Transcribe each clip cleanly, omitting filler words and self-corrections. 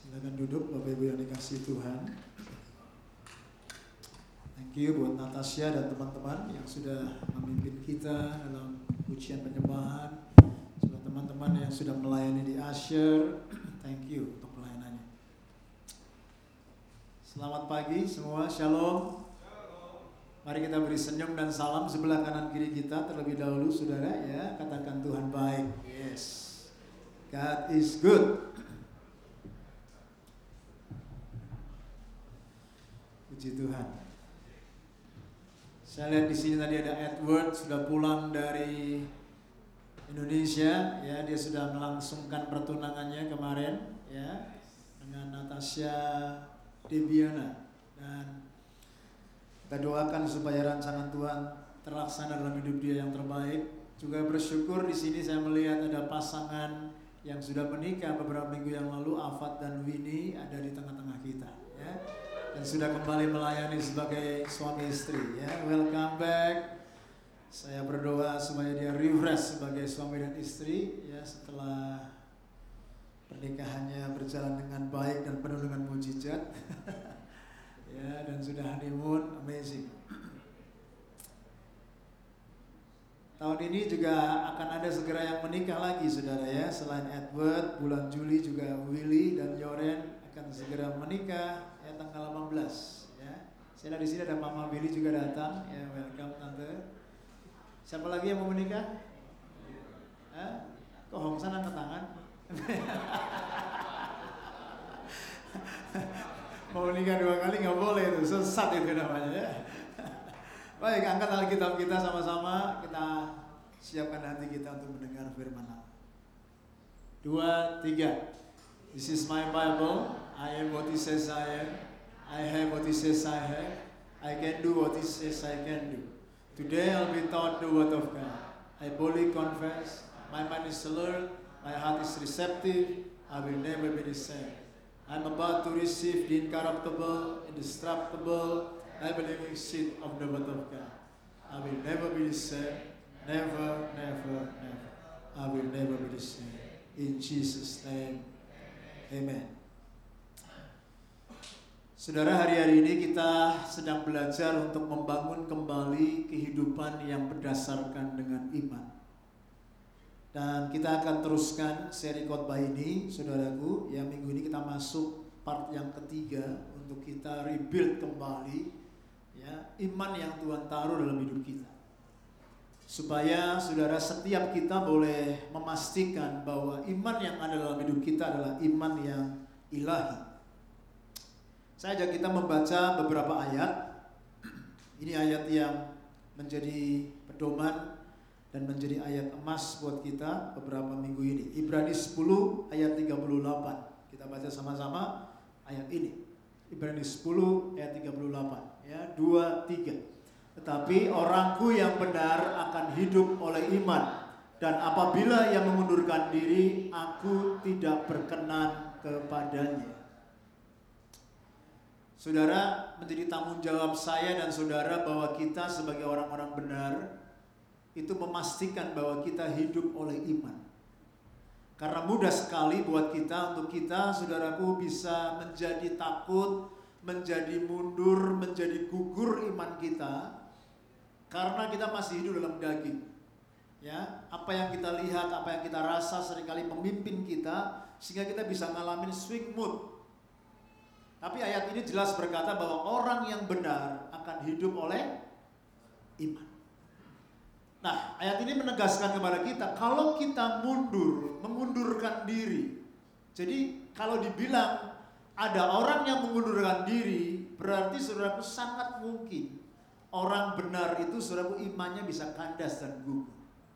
Silakan duduk Bapak Ibu yang dikasihi Tuhan. Thank you buat Natasha dan teman-teman yang sudah memimpin kita dalam pujian penyembahan. Juga teman-teman yang sudah melayani di Usher, thank you untuk pelayanannya. Selamat pagi semua, shalom. Mari kita beri senyum dan salam sebelah kanan kiri kita terlebih dahulu, saudara ya. Katakan Tuhan baik. Yes, God is good. Puji Tuhan. Saya lihat di sini tadi ada Edward sudah pulang dari Indonesia, ya dia sudah melangsungkan pertunangannya kemarin, ya dengan Natasha Debiana, dan kita doakan supaya rancangan Tuhan terlaksana dalam hidup dia yang terbaik. Juga bersyukur di sini saya melihat ada pasangan yang sudah menikah beberapa minggu yang lalu, Afat dan Winnie ada di tengah-tengah kita, ya. Dan sudah kembali melayani sebagai suami istri, ya. Welcome back. Saya berdoa supaya dia refresh sebagai suami dan istri, ya, setelah pernikahannya berjalan dengan baik dan penuh dengan mujizat. Ya, dan sudah honeymoon, amazing. Tahun ini juga akan ada segera yang menikah lagi, saudara ya. Selain Edward, bulan Juli juga Willy dan Yoren akan segera menikah, ya, tanggal 18. Ya, saya di sini ada Mama Willy juga datang, ya, welcome tante. Siapa lagi yang mau menikah? Kok Hongsan angkat tangan? Mau nikah 2 kali nggak boleh, itu sesat itu namanya, ya. Baik, angkat Alkitab kita sama-sama, kita siapkan hati kita untuk mendengar firman Allah. 2, 3. This is my Bible. I am what it says I am. I have what it says I have. I can do what it says I can do. Today I'll be taught the word of God. I boldly confess. My mind is alert. My heart is receptive. I will never be the same. I'm about to receive the incorruptible, indestructible, never-living seed of the word of God. I will never be the same. Never, never, never. I will never be the same. In Jesus' name, amen. Saudara, hari-hari ini kita sedang belajar untuk membangun kembali kehidupan yang berdasarkan dengan iman. Dan kita akan teruskan seri khotbah ini, saudaraku. Ya, minggu ini kita masuk part yang ketiga untuk kita rebuild kembali, ya, iman yang Tuhan taruh dalam hidup kita. Supaya saudara, setiap kita boleh memastikan bahwa iman yang ada dalam hidup kita adalah iman yang ilahi. Saya ajak kita membaca beberapa ayat. Ini ayat yang menjadi pedoman dan menjadi ayat emas buat kita beberapa minggu ini. Ibrani 10 ayat 38. Kita baca sama-sama ayat ini. Ibrani 10 ayat 38. Ya, 2, 3. Tetapi orangku yang benar akan hidup oleh iman, dan apabila ia mengundurkan diri, aku tidak berkenan kepadanya. Saudara, menjadi tanggung jawab saya dan saudara bahwa kita sebagai orang-orang benar itu memastikan bahwa kita hidup oleh iman. Karena mudah sekali buat kita, untuk kita, saudaraku, bisa menjadi takut, menjadi mundur, menjadi gugur iman kita, karena kita masih hidup dalam daging. Ya, apa yang kita lihat, apa yang kita rasa seringkali memimpin kita, sehingga kita bisa ngalamin swing mood. Tapi ayat ini jelas berkata bahwa orang yang benar akan hidup oleh iman. Nah, ayat ini menegaskan kepada kita, kalau kita mundur, mengundurkan diri. Jadi, kalau dibilang ada orang yang mengundurkan diri, berarti saudaraku sangat mungkin orang benar itu, saudaraku, imannya bisa kandas dan gugur.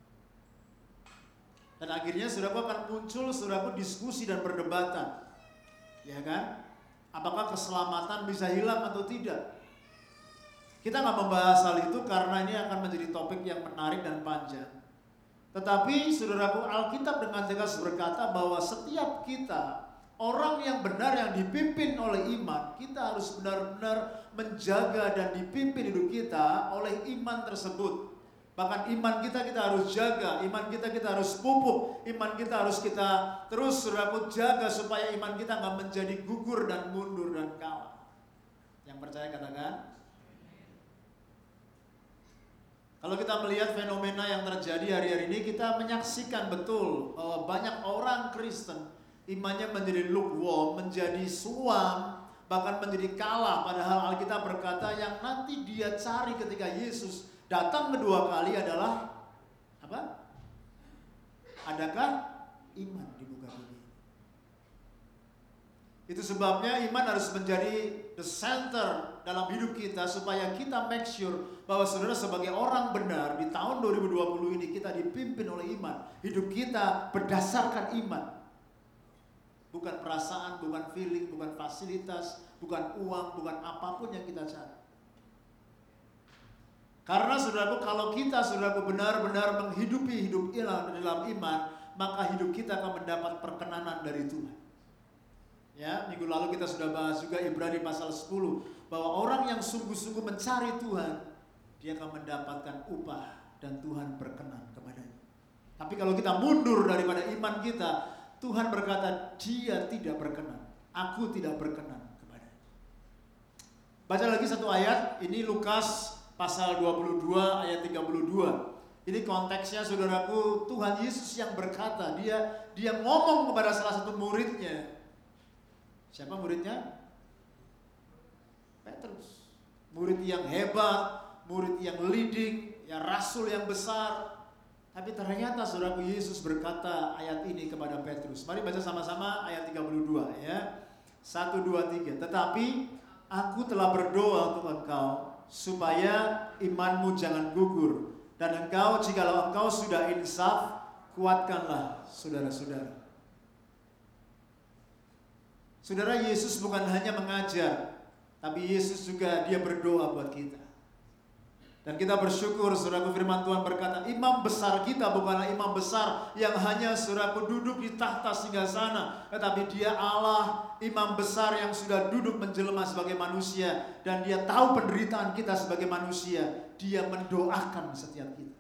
Dan akhirnya saudaraku akan muncul, saudaraku, diskusi dan perdebatan. Ya kan? Apakah keselamatan bisa hilang atau tidak? Kita nggak membahas hal itu karena ini akan menjadi topik yang menarik dan panjang. Tetapi saudaraku, Alkitab dengan tegas berkata bahwa setiap kita, orang yang benar yang dipimpin oleh iman, kita harus benar-benar menjaga dan dipimpin hidup kita oleh iman tersebut. Bahkan iman kita harus jaga, iman kita harus pupuk, iman kita harus kita terus saudaraku jaga supaya iman kita nggak menjadi gugur dan mundur dan kalah. Yang percaya katakan. Kalau kita melihat fenomena yang terjadi hari-hari ini, kita menyaksikan betul bahwa banyak orang Kristen imannya menjadi lukewarm, menjadi suam, bahkan menjadi kalah. Padahal Alkitab berkata yang nanti dia cari ketika Yesus datang kedua kali adalah apa? Adakah iman di muka bumi? Itu sebabnya iman harus menjadi the center dalam hidup kita supaya kita make sure bahwa saudara sebagai orang benar di tahun 2020 ini kita dipimpin oleh iman. Hidup kita berdasarkan iman. Bukan perasaan, bukan feeling, bukan fasilitas, bukan uang, bukan apapun yang kita cari. Karena saudaraku, kalau kita saudaraku benar-benar menghidupi hidup dalam iman, maka hidup kita akan mendapat perkenanan dari Tuhan. Ya, minggu lalu kita sudah bahas juga Ibrani pasal 10 bahwa orang yang sungguh-sungguh mencari Tuhan, dia akan mendapatkan upah dan Tuhan berkenan kepadanya. Tapi kalau kita mundur daripada iman kita, Tuhan berkata, dia tidak berkenan. Aku tidak berkenan kepadanya. Baca lagi satu ayat. Ini Lukas pasal 22 ayat 32. Ini konteksnya saudaraku, Tuhan Yesus yang berkata. Dia ngomong kepada salah satu muridnya. Siapa muridnya? Petrus. Murid yang hebat, murid yang leading, ya rasul yang besar. Tapi ternyata saudaraku Yesus berkata ayat ini kepada Petrus. Mari baca sama-sama ayat 32 ya. 1, 2, 3. Tetapi aku telah berdoa untuk engkau supaya imanmu jangan gugur. Dan engkau jikalau engkau sudah insaf, kuatkanlah saudara-saudara. Saudara, Yesus bukan hanya mengajar, tapi Yesus juga dia berdoa buat kita. Dan kita bersyukur saudaraku firman Tuhan berkata imam besar kita bukanlah imam besar yang hanya saudaraku duduk di tahta singgasana, tetapi dia Allah imam besar yang sudah duduk menjelma sebagai manusia. Dan dia tahu penderitaan kita sebagai manusia. Dia mendoakan setiap kita.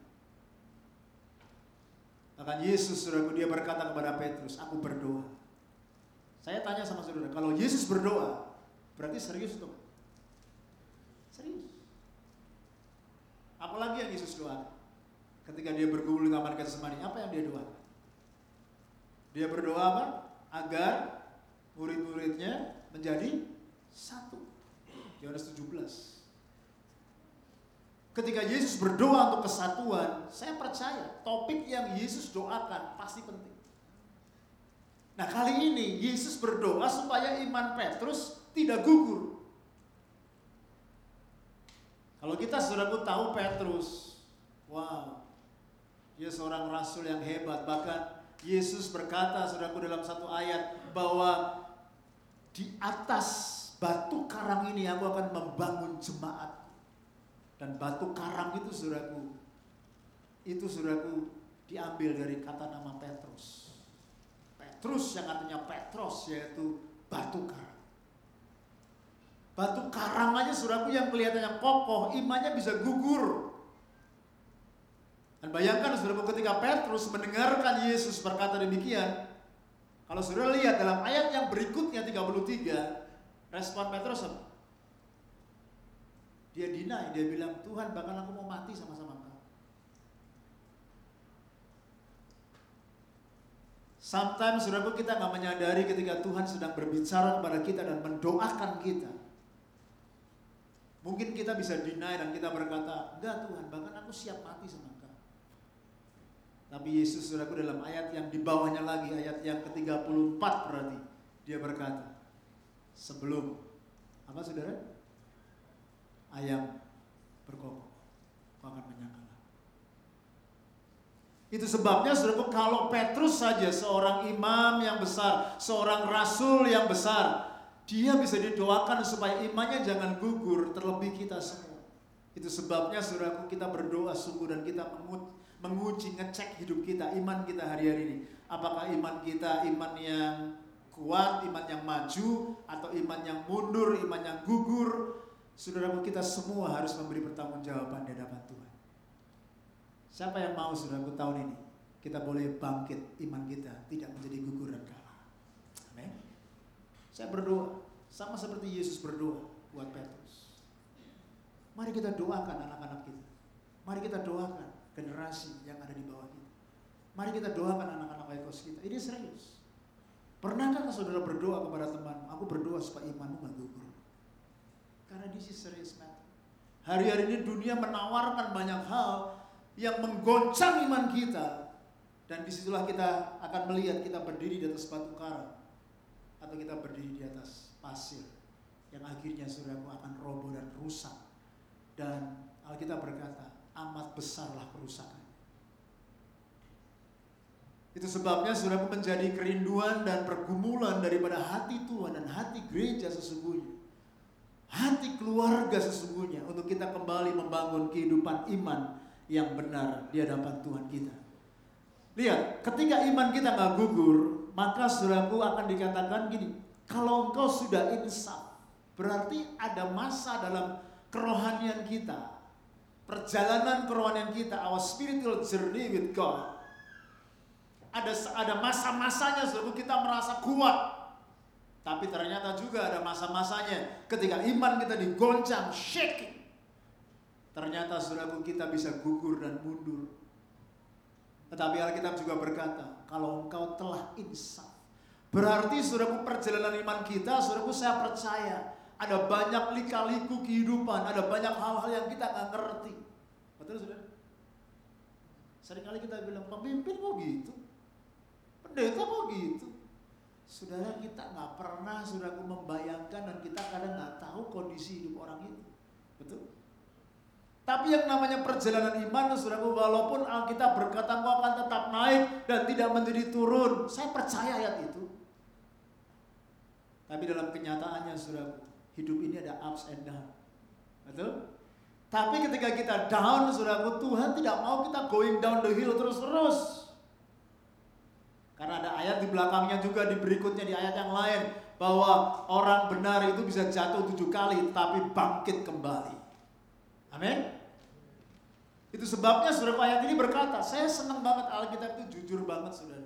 Bahkan Yesus saudaraku dia berkata kepada Petrus, aku berdoa. Saya tanya sama saudara, kalau Yesus berdoa berarti serius tuh? Serius. Apalagi yang Yesus doakan ketika dia bergumul di taman Getsemani, apa yang dia doakan? Dia berdoa apa? Agar murid-muridnya menjadi satu. Yohanes 17. Ketika Yesus berdoa untuk kesatuan, saya percaya topik yang Yesus doakan pasti penting. Nah kali ini Yesus berdoa supaya iman Petrus tidak gugur. Kalau kita saudaraku tahu Petrus, wow, dia seorang rasul yang hebat. Bahkan Yesus berkata saudaraku dalam satu ayat bahwa di atas batu karang ini aku akan membangun jemaat. Dan batu karang itu saudaraku diambil dari kata nama Petrus. Petrus yang artinya Petros yaitu batu karang. Batu karang aja saudaraku yang kelihatannya kokoh, imannya bisa gugur. Dan bayangkan saudaraku ketika Petrus mendengarkan Yesus berkata demikian. Kalau saudara lihat dalam ayat yang berikutnya 33, respon Petrus apa? Dia deny, dia bilang, Tuhan bahkan aku mau mati sama-sama engkau. Sometimes saudaraku kita gak menyadari ketika Tuhan sedang berbicara kepada kita dan mendoakan kita. Mungkin kita bisa deny dan kita berkata, enggak Tuhan, bahkan aku siap mati sama engkau. Tapi Yesus saudaraku dalam ayat yang di bawahnya lagi, ayat yang ke-34 berarti, dia berkata, sebelum, apa saudara? Ayam berkokok, kau akan menyangkal. Itu sebabnya saudaraku kalau Petrus saja seorang imam yang besar, seorang rasul yang besar, dia bisa didoakan supaya imannya jangan gugur, terlebih kita semua. Itu sebabnya saudaraku kita berdoa sungguh dan kita menguji, ngecek hidup kita, iman kita hari-hari ini. Apakah iman kita iman yang kuat, iman yang maju, atau iman yang mundur, iman yang gugur. Saudaraku kita semua harus memberi pertanggungjawaban di hadapan Tuhan. Siapa yang mau saudaraku tahun ini kita boleh bangkit iman kita, tidak menjadi gugur dan kalah. Amin. Saya berdoa sama seperti Yesus berdoa buat Petrus. Mari kita doakan anak-anak kita. Mari kita doakan generasi yang ada di bawah kita. Mari kita doakan anak-anak Oikos kita. Ini serius. Pernahkah saudara berdoa kepada teman, aku berdoa supaya imanmu gak gugur? Karena this is serious matter. Hari-hari ini dunia menawarkan banyak hal yang menggoncang iman kita. Dan disitulah kita akan melihat kita berdiri di atas batu karang, atau kita berdiri di atas pasir, yang akhirnya saudaraku akan roboh dan rusak. Dan Alkitab berkata, amat besarlah kerusakan. Itu sebabnya saudaraku menjadi kerinduan dan pergumulan daripada hati Tuhan dan hati gereja sesungguhnya, hati keluarga sesungguhnya, untuk kita kembali membangun kehidupan iman yang benar di hadapan Tuhan kita. Lihat, ketika iman kita gak gugur, maka saudaraku akan dikatakan gini, kalau engkau sudah insaf, berarti ada masa dalam kerohanian kita, perjalanan kerohanian kita, our spiritual journey with God. Ada masa-masanya saudaraku kita merasa kuat. Tapi ternyata juga ada masa-masanya ketika iman kita digoncang, shaking. Ternyata saudaraku kita bisa gugur dan mundur. Tetapi Alkitab juga berkata, kalau engkau telah insaf, berarti saudaraku perjalanan iman kita, saudaraku saya percaya, ada banyak lika-liku kehidupan, ada banyak hal-hal yang kita gak ngerti. Betul saudara? Seringkali kita bilang, pemimpin kok gitu? Pendeta kok gitu? Saudara, kita gak pernah saudaraku membayangkan, dan kita kadang gak tahu kondisi hidup orang itu. Betul? Tapi yang namanya perjalanan iman, saudaraku, walaupun Alkitab berkata kau akan tetap naik dan tidak menjadi turun, saya percaya ayat itu. Tapi dalam kenyataannya saudaraku, hidup ini ada ups and down. Betul? Tapi ketika kita down, saudaraku, Tuhan tidak mau kita going down the hill terus-terus. Karena ada ayat di belakangnya juga, di berikutnya, di ayat yang lain, bahwa orang benar itu bisa jatuh 7 kali tapi bangkit kembali. Amin. Itu sebabnya saudara, ayat ini berkata, saya senang banget Alkitab itu jujur banget saudara.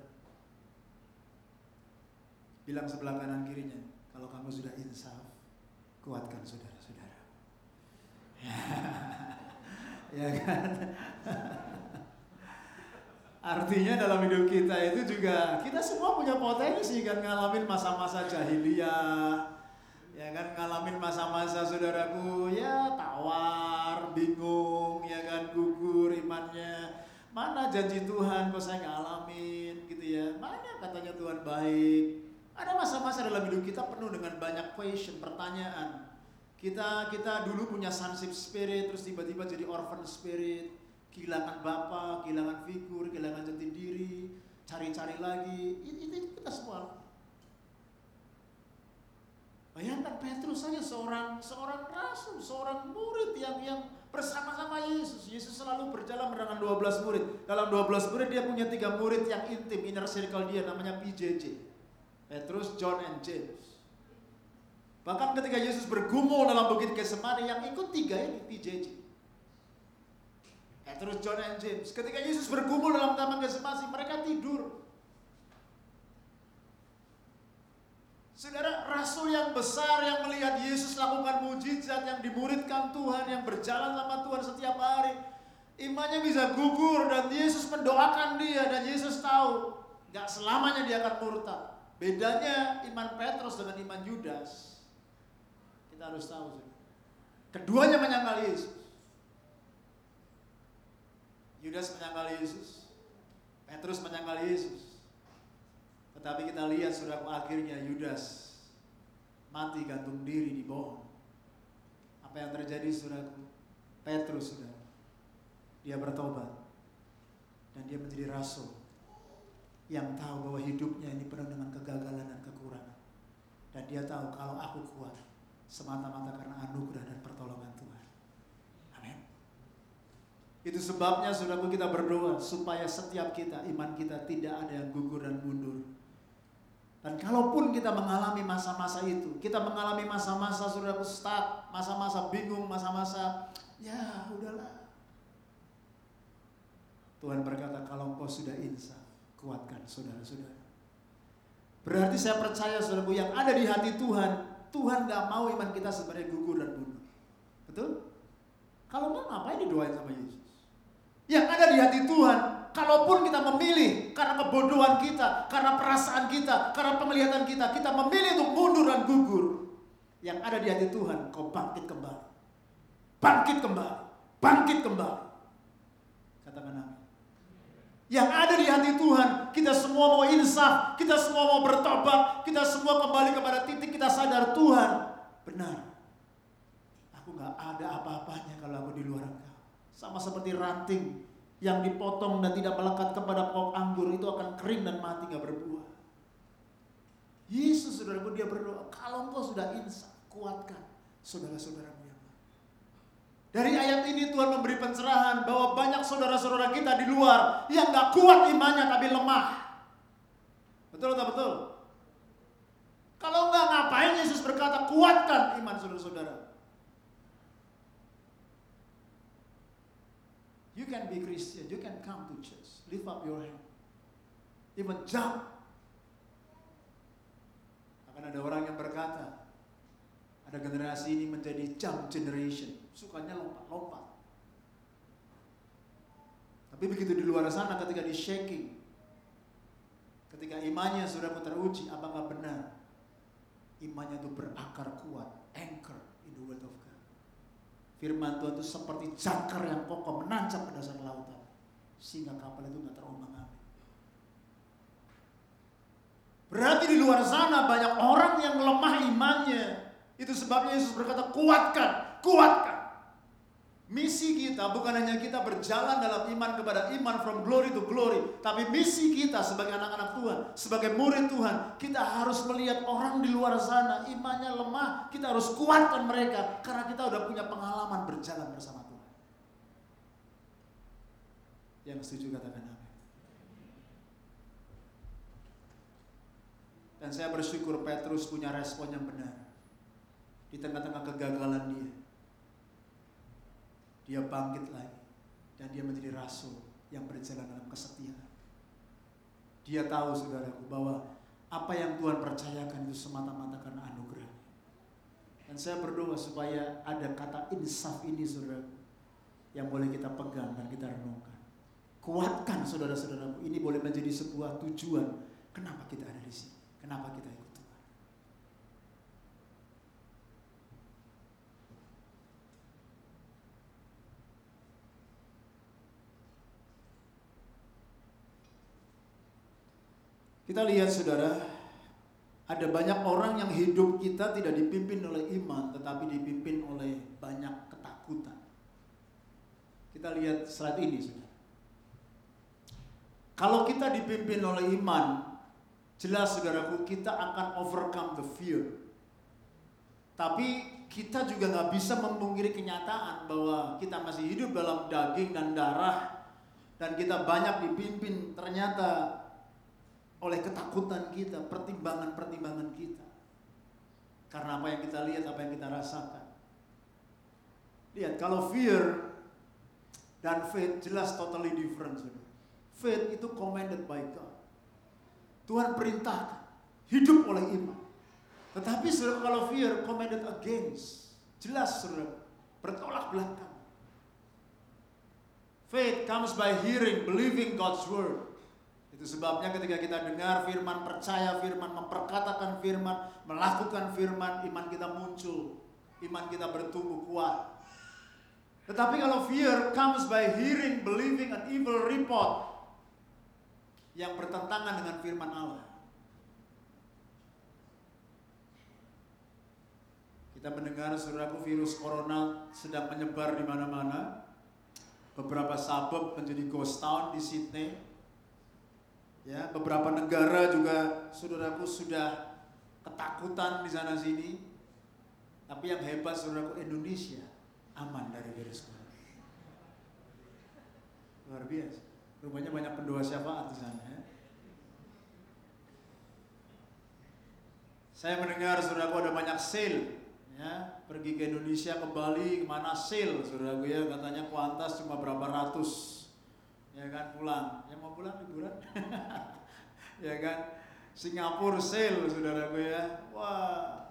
Bilang sebelah kanan kirinya, kalau kamu sudah insaf, kuatkan saudara-saudara. Ya kan? Artinya dalam hidup kita itu juga, kita semua punya potensi kan, ngalamin masa-masa jahiliyah, ya kan, ngalamin masa-masa saudaraku, ya tawar, bingung, ya kan, gugur imannya. Mana janji Tuhan kok saya nggak alamin gitu ya, mana katanya Tuhan baik. Ada masa-masa dalam hidup kita penuh dengan banyak question, pertanyaan. Kita dulu punya sonship spirit, terus tiba-tiba jadi orphan spirit. Kehilangan bapak, kehilangan figur, kehilangan jati diri, cari-cari lagi. Itu kita semua. Bayangkan Petrus saja seorang rasul, seorang murid yang bersama-sama Yesus. Yesus selalu berjalan dengan 12 murid. Dalam 12 murid dia punya 3 murid yang intim, inner circle dia, namanya PJJ. Petrus, John, and James. Bahkan ketika Yesus bergumul dalam bukit Getsemani, yang ikut 3 ini PJJ. Petrus, John, and James. Ketika Yesus bergumul dalam taman Getsemani, mereka tidur. Saudara, rasul yang besar yang melihat Yesus lakukan mujizat, yang dimuridkan Tuhan, yang berjalan sama Tuhan setiap hari, imannya bisa gugur, dan Yesus mendoakan dia, dan Yesus tahu gak selamanya dia akan murtad. Bedanya iman Petrus dengan iman Yudas, kita harus tahu. Keduanya menyangkal Yesus. Yudas menyangkal Yesus, Petrus menyangkal Yesus. Tetapi kita lihat saudaraku, akhirnya Yudas mati gantung diri di pohon. Apa yang terjadi saudaraku? Petrus saudara, dia bertobat dan dia menjadi rasul yang tahu bahwa hidupnya ini penuh dengan kegagalan dan kekurangan. Dan dia tahu kalau aku kuat semata-mata karena anugerah dan pertolongan Tuhan. Amin. Itu sebabnya saudaraku kita berdoa supaya setiap kita, iman kita tidak ada yang gugur dan mundur. Dan kalaupun kita mengalami masa-masa itu, kita mengalami masa-masa saudaraku stuck, masa-masa bingung, masa-masa ya udahlah. Tuhan berkata, kalau engkau sudah insaf, kuatkan saudara-saudara. Berarti saya percaya saudaraku, yang ada di hati Tuhan, Tuhan gak mau iman kita sebenarnya gugur dan mundur. Betul? Kalau enggak, ngapain didoain sama Yesus? Yang ada di hati Tuhan, kalaupun kita memilih karena kebodohan kita, karena perasaan kita, karena penglihatan kita, kita memilih untuk mundur dan gugur. Yang ada di hati Tuhan, kau bangkit kembali. Bangkit kembali. Bangkit kembali. Katakan amin. Yang ada di hati Tuhan, kita semua mau insaf, kita semua mau bertobat, kita semua kembali kepada titik kita sadar Tuhan benar. Aku gak ada apa-apanya kalau aku di luar Engkau. Sama seperti ranting yang dipotong dan tidak melekat kepada pokok anggur, itu akan kering dan mati, gak berbuah. Yesus saudaraku, dia berdoa, kalau engkau sudah insaf, kuatkan saudara-saudaramu yang lain. Dari ayat ini Tuhan memberi pencerahan bahwa banyak saudara-saudara kita di luar yang gak kuat imannya tapi lemah. Betul atau betul? Kalau enggak, ngapain Yesus berkata kuatkan iman saudara-saudara? You can be Christian, you can come to church, lift up your hand, even jump. Akan ada orang yang berkata, ada generasi ini menjadi jump generation, sukanya lompat-lompat. Tapi begitu di luar sana, ketika di shaking, ketika imannya sudah teruji, apakah benar imannya itu berakar kuat, anchor in the word of God. Firman Tuhan itu seperti jangkar yang kokoh menancap ke dasar lautan, sehingga kapal itu gak terombang-ambing. Berarti di luar sana banyak orang yang lemah imannya. Itu sebabnya Yesus berkata, kuatkan, kuatkan. Misi kita bukan hanya kita berjalan dalam iman kepada iman, from glory to glory. Tapi misi kita sebagai anak-anak Tuhan, sebagai murid Tuhan, kita harus melihat orang di luar sana imannya lemah. Kita harus kuatkan mereka, karena kita udah punya pengalaman berjalan bersama Tuhan. Yang setuju katakan amin. Dan saya bersyukur Petrus punya respon yang benar. Di tengah-tengah kegagalan dia bangkit lagi. Dan dia menjadi rasul yang berjalan dalam kesetiaan. Dia tahu saudaraku bahwa apa yang Tuhan percayakan itu semata-mata karena anugerah. Dan saya berdoa supaya ada kata insaf ini saudaraku, yang boleh kita pegang dan kita renungkan. Kuatkan saudara-saudaraku, ini boleh menjadi sebuah tujuan. Kenapa kita ada di sini? Kenapa kita ikut Tuhan? Kita lihat saudara, ada banyak orang yang hidup kita tidak dipimpin oleh iman, tetapi dipimpin oleh banyak ketakutan. Kita lihat slide ini saudara. Kalau kita dipimpin oleh iman, jelas saudaraku, kita akan overcome the fear. Tapi kita juga gak bisa memungkiri kenyataan bahwa kita masih hidup dalam daging dan darah. Dan kita banyak dipimpin ternyata oleh ketakutan kita, pertimbangan-pertimbangan kita. Karena apa yang kita lihat, apa yang kita rasakan. Lihat, kalau fear dan faith jelas totally different. Faith itu commanded by God. Tuhan perintahkan, hidup oleh iman. Tetapi saudara, kalau fear commanded against, jelas saudara, bertolak belakang. Faith comes by hearing, believing God's word. Itu sebabnya ketika kita dengar firman, percaya firman, memperkatakan firman, melakukan firman, iman kita muncul, iman kita bertumbuh kuat. Tetapi kalau fear comes by hearing, believing an evil report, yang bertentangan dengan firman Allah. Kita mendengar saudaraku, virus corona sedang menyebar di mana-mana. Beberapa suburb menjadi ghost town di Sydney. Ya, beberapa negara juga saudaraku sudah ketakutan di sana sini. Tapi yang hebat saudaraku, Indonesia aman dari virus corona. Luar biasa. Rupanya banyak pendoa syafaat di sana. Ya. Saya mendengar saudaraku ada banyak sale. Ya, pergi ke Indonesia, ke Bali, kemana sale saudaraku ya, katanya kuantas cuma berapa ratus. ya kan, pulang. Yang mau pulang liburan, ya kan. Singapura sale, saudaraku ya. Wah,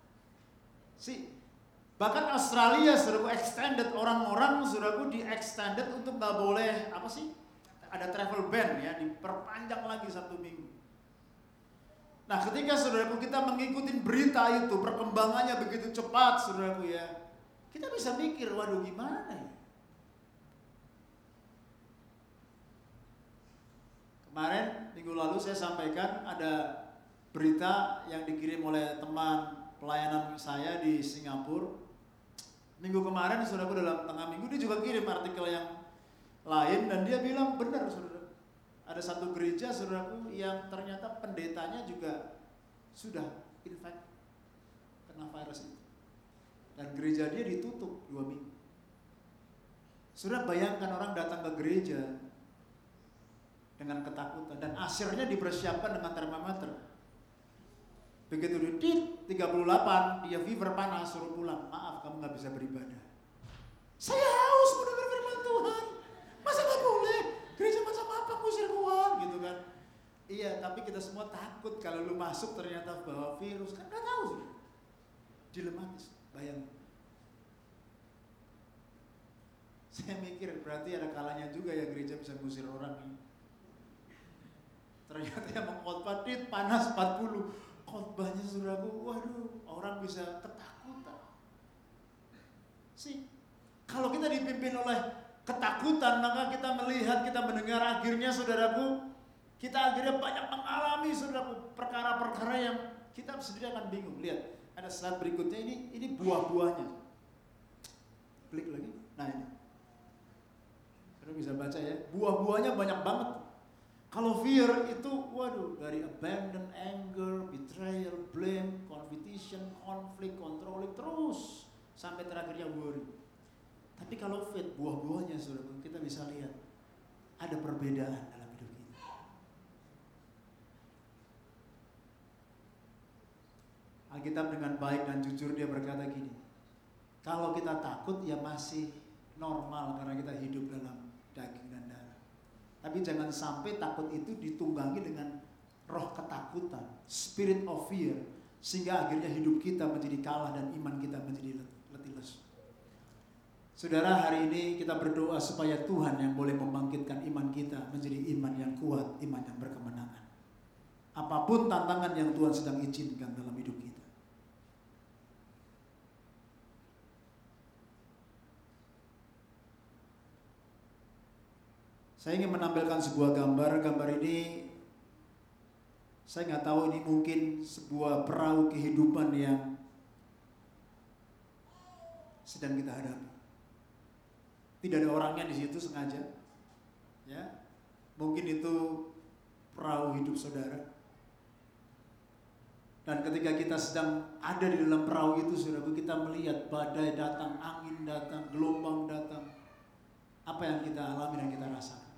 bahkan Australia, saudaraku, extended, orang-orang, saudaraku, di extended untuk nggak boleh apa sih? Ada travel ban ya, diperpanjang lagi Sabtu Minggu. Nah, ketika saudaraku kita mengikuti berita itu, perkembangannya begitu cepat, saudaraku ya, kita bisa mikir, waduh gimana ya? Kemarin, minggu lalu saya sampaikan ada berita yang dikirim oleh teman pelayanan saya di Singapura. Minggu kemarin, saudaraku, dalam tengah minggu dia juga kirim artikel yang lain dan dia bilang benar, saudara. Ada satu gereja, saudaraku, yang ternyata pendetanya juga sudah infect kena virus itu. Dan gereja dia ditutup 2 minggu. Saudara bayangkan orang datang ke gereja dengan ketakutan dan asyirnya dipersiapkan dengan termometer. Begitu di 38 dia fever panas, suruh pulang. Maaf, kamu nggak bisa beribadah. Saya haus mendengar firman Tuhan. Masa nggak boleh? Gereja macam apa ngusir keluar gitu kan? Iya, tapi kita semua takut kalau lu masuk ternyata bawa virus, kan nggak tahu sih. Dilematis, bayang. Saya mikir berarti ada kalanya juga ya gereja bisa ngusir orang ini. Ternyata yang mengkhotbah panas 40. Khotbahnya saudaraku, waduh, orang bisa ketakutan. Kalau kita dipimpin oleh ketakutan, maka kita melihat, kita mendengar akhirnya saudaraku, kita akhirnya banyak mengalami saudaraku perkara-perkara yang kita sendiri akan bingung. Lihat, ada slide berikutnya, ini buah-buahnya. Klik lagi. Nah ini. Saudara bisa baca ya. Buah-buahnya banyak banget. Kalau fear itu, waduh, dari abandon, anger, betrayal, blame, competition, conflict, controlling, terus sampai terakhirnya worry. Tapi kalau faith, buah-buahnya saudara, kita bisa lihat ada perbedaan dalam hidup kita. Alkitab dengan baik dan jujur dia berkata gini, kalau kita takut ya masih normal karena kita hidup dalam daging dan darah. Tapi jangan sampai takut itu ditunggangi dengan roh ketakutan, spirit of fear, sehingga akhirnya hidup kita menjadi kalah dan iman kita menjadi letih lesu. Saudara, hari ini kita berdoa supaya Tuhan yang boleh membangkitkan iman kita menjadi iman yang kuat, iman yang berkemenangan. Apapun tantangan yang Tuhan sedang izinkan dalam hidup kita. Saya ingin menampilkan sebuah gambar. Gambar ini saya nggak tahu, ini mungkin sebuah perahu kehidupan yang sedang kita hadapi. Tidak ada orangnya di situ sengaja, ya. Mungkin itu perahu hidup saudara. Dan ketika kita sedang ada di dalam perahu itu, saudara, kita melihat badai datang, angin datang, gelombang datang. Apa yang kita alami dan kita rasakan?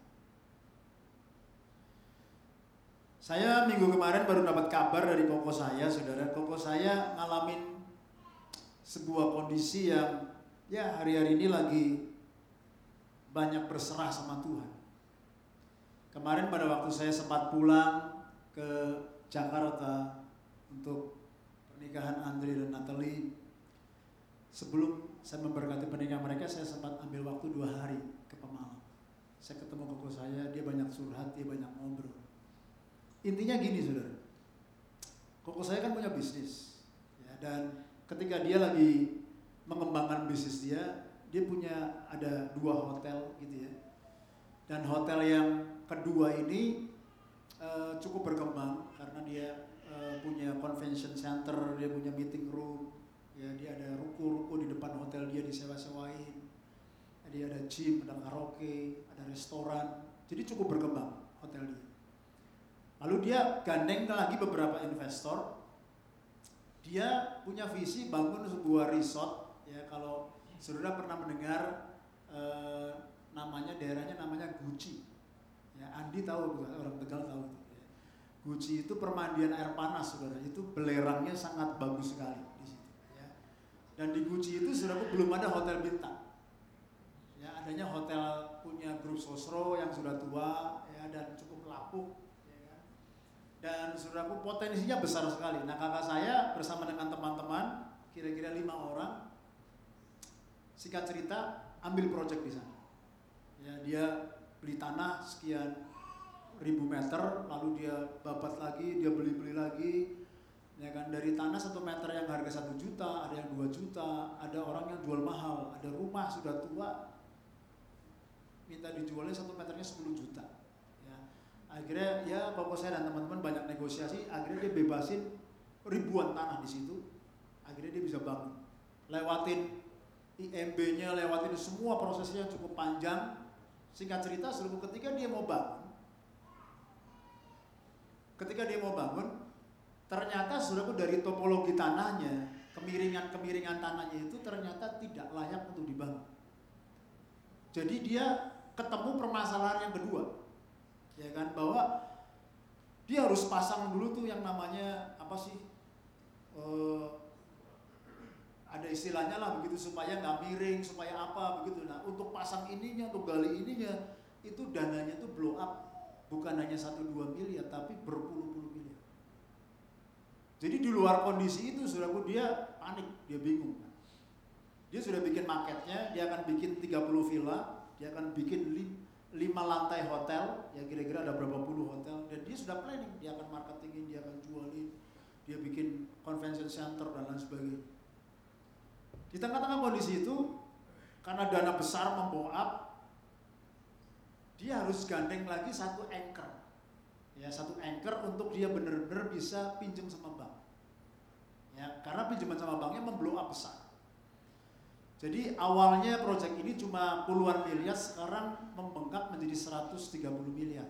Saya minggu kemarin baru dapat kabar dari koko saya, saudara. Koko saya ngalamin sebuah kondisi yang ya hari-hari ini lagi banyak berserah sama Tuhan. Kemarin pada waktu saya sempat pulang ke Jakarta untuk pernikahan Andre dan Natalie, sebelum saya memberkati pernikahan mereka, saya sempat ambil waktu 2 hari ke Pemalang. Saya ketemu koko saya, dia banyak curhat, dia banyak ngobrol. Intinya gini, saudara, koko saya kan punya bisnis, ya, dan ketika dia lagi mengembangkan bisnis dia punya ada 2 hotel gitu ya, dan hotel yang kedua ini cukup berkembang karena dia punya convention center, dia punya meeting room, ya, dia ada ruko-ruko di depan hotel dia disewa-sewain, dia ada gym, ada karaoke, ada restoran, jadi cukup berkembang hotel dia. Lalu dia gandeng lagi beberapa investor. Dia punya visi bangun sebuah resort. Ya, kalau saudara pernah mendengar namanya, daerahnya namanya Guci. Ya, Andi tahu, orang Tegal tahu. Ya. Guci itu permandian air panas, saudara. Itu belerangnya sangat bagus sekali di situ. Ya. Dan di Guci itu, saudara, belum ada hotel bintang. Ya, adanya hotel punya grup sosro yang sudah tua ya dan cukup lapuk ya kan. Dan saudaraku potensinya besar sekali. Nah, kakak saya bersama dengan teman-teman kira-kira 5 orang, singkat cerita ambil proyek di sana. Ya, dia beli tanah sekian ribu meter, lalu dia babat lagi, dia beli lagi. Ya kan, dari tanah 1 meter yang harga 1 juta, ada yang 2 juta, ada orang yang jual mahal, ada rumah sudah tua minta dijualnya 1 meternya 10 juta. Ya. Akhirnya ya pokok saya dan teman-teman banyak negosiasi, akhirnya dia bebasin ribuan tanah di situ. Akhirnya dia bisa bangun. Lewatin IMB-nya, lewatin semua prosesnya cukup panjang. Singkat cerita, ketika dia mau bangun, ternyata saudaraku dari topologi tanahnya, kemiringan tanahnya itu ternyata tidak layak untuk dibangun. Jadi dia ketemu permasalahan yang kedua, ya kan, bahwa dia harus pasang dulu tuh yang namanya apa sih, ada istilahnya lah begitu, supaya nggak miring, supaya apa begitu. Nah, untuk pasang ininya, untuk gali ininya, itu dananya tuh blow up, bukan hanya 1-2 miliar, tapi berpuluh-puluh miliar. Jadi di luar kondisi itu, saudaraku, dia panik, dia bingung. Dia sudah bikin marketnya, dia akan bikin 30 villa, dia akan bikin 5 lantai hotel, ya kira-kira ada berapa puluh hotel, dan dia sudah planning, dia akan marketingin, dia akan jualin, dia bikin convention center dan lain sebagainya. Di tengah-tengah kondisi itu, karena dana besar membawa up, dia harus gandeng lagi 1 anchor. Ya, 1 anchor untuk dia benar-benar bisa pinjam sama bank. Ya, karena pinjaman sama banknya memblow up besar. Jadi awalnya proyek ini cuma puluhan miliar, sekarang membengkak menjadi 130 miliar.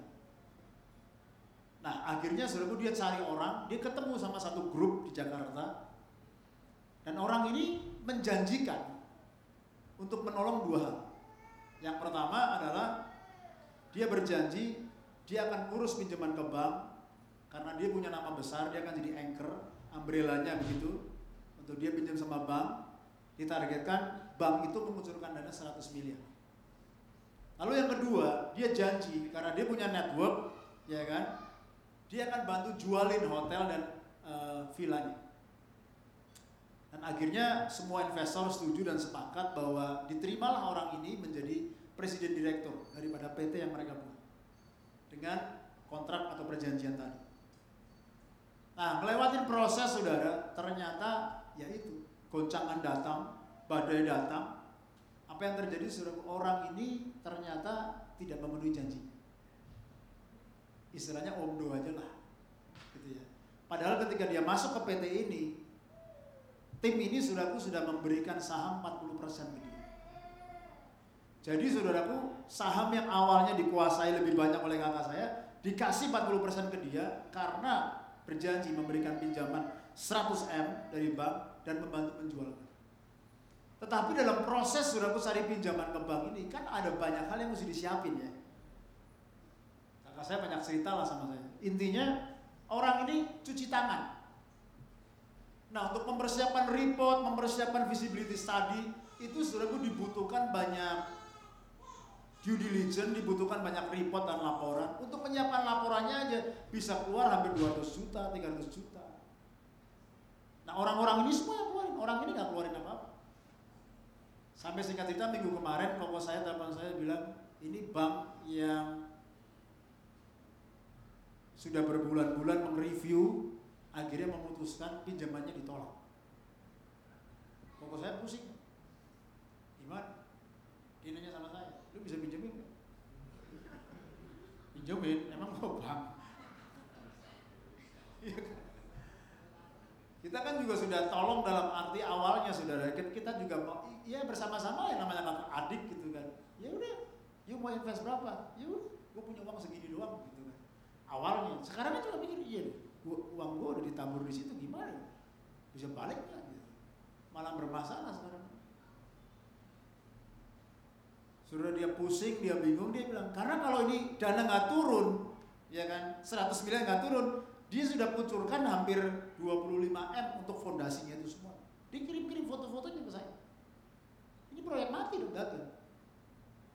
Nah, akhirnya saudaraku dia cari orang, dia ketemu sama 1 grup di Jakarta. Dan orang ini menjanjikan untuk menolong 2 hal. Yang pertama adalah dia berjanji dia akan urus pinjaman ke bank, karena dia punya nama besar, dia akan jadi anchor, umbrellanya begitu, untuk dia pinjam sama bank. Ditargetkan bank itu mengucurkan dana 100 miliar. Lalu yang kedua, dia janji karena dia punya network, ya kan, dia akan bantu jualin hotel dan villanya. Dan akhirnya semua investor setuju dan sepakat bahwa diterimalah orang ini menjadi presiden direktur daripada PT yang mereka buat dengan kontrak atau perjanjian tadi. Nah, melewatin proses, saudara, ternyata yaitu goncangan datang, badai datang. Apa yang terjadi, saudara? Orang ini ternyata tidak memenuhi janji. Istilahnya omdo aja lah, gitu ya. Padahal ketika dia masuk ke PT ini, tim ini saudaraku sudah memberikan saham 40% ke dia. Jadi saudaraku, saham yang awalnya dikuasai lebih banyak oleh kakak saya, dikasih 40% ke dia karena berjanji memberikan pinjaman 100M dari bank dan membantu menjualnya. Tetapi dalam proses saudaraku cari pinjaman ke bank ini, kan ada banyak hal yang mesti disiapin ya. Kakak saya banyak cerita lah sama saya. Intinya, orang ini cuci tangan. Nah, untuk mempersiapkan report, mempersiapkan visibility study, itu saudaraku dibutuhkan banyak due diligence, dibutuhkan banyak report dan laporan. Untuk menyiapkan laporannya aja bisa keluar hampir 200 juta, 300 juta. Nah, orang-orang ini semua yang keluarin, orang ini gak keluarin apa-apa. Sampai singkat cerita minggu kemarin, pokok saya, telepon saya bilang, ini bank yang sudah berbulan-bulan mereview, akhirnya memutuskan pinjamannya ditolak. Pokok saya pusing. Gimana? Dia nanya sama saya, lu bisa pinjemin gak? Pinjemin? Emang mau bank? Iya kan? Kita kan juga sudah tolong dalam arti awalnya, saudara. Kita juga mau, ya bersama-sama ya, namanya kakak adik gitu kan. Ya udah, yuk mau invest berapa? Ya udah, gue punya uang segini doang gitu kan. Awalnya, sekarang kan juga mikir, iya uang gue udah ditabur di situ, gimana? Bisa balik nggak? Gitu. Malah bermasalah sekarang. Sudah dia pusing, dia bingung, dia bilang, karena kalau ini dana nggak turun, ya kan, 100 miliar nggak turun, dia sudah kucurkan hampir 25M untuk fondasinya itu semua. Dia kirim-kirim foto-fotonya ke saya. Ini proyek mati dong, gagal.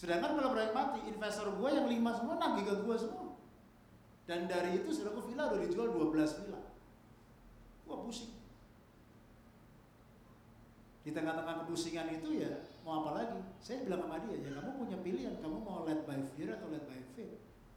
Sedangkan kalau proyek mati, investor gue yang 5 semua nagih ke gue semua. Dan dari itu saudaraku villa udah dijual 12 villa. Gue pusing. Di tengah-tengah kepusingan itu ya mau apa lagi? Saya bilang sama dia, ya kamu punya pilihan, kamu mau led by fear atau led by faith.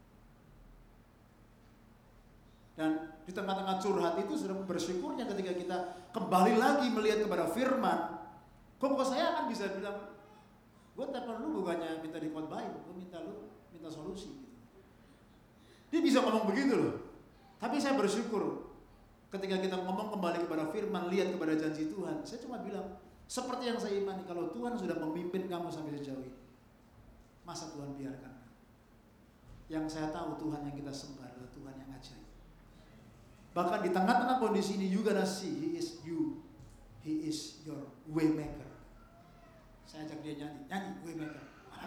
Dan di tengah-tengah curhat itu sudah bersyukurnya ketika kita kembali lagi melihat kepada firman. Kok saya akan bisa bilang, gue telepon lu bukannya minta dikhotbahin, gue minta solusi gitu. Dia bisa ngomong begitu loh. Tapi saya bersyukur ketika kita ngomong kembali kepada firman, lihat kepada janji Tuhan. Saya cuma bilang, seperti yang saya imani, kalau Tuhan sudah memimpin kamu sampai sejauh ini, masa Tuhan biarkan? Yang saya tahu Tuhan yang kita sembah adalah Tuhan yang ajaib. Bahkan di tengah-tengah kondisi ini, you gonna see He is your way maker. Saya ajak dia nyanyi way maker.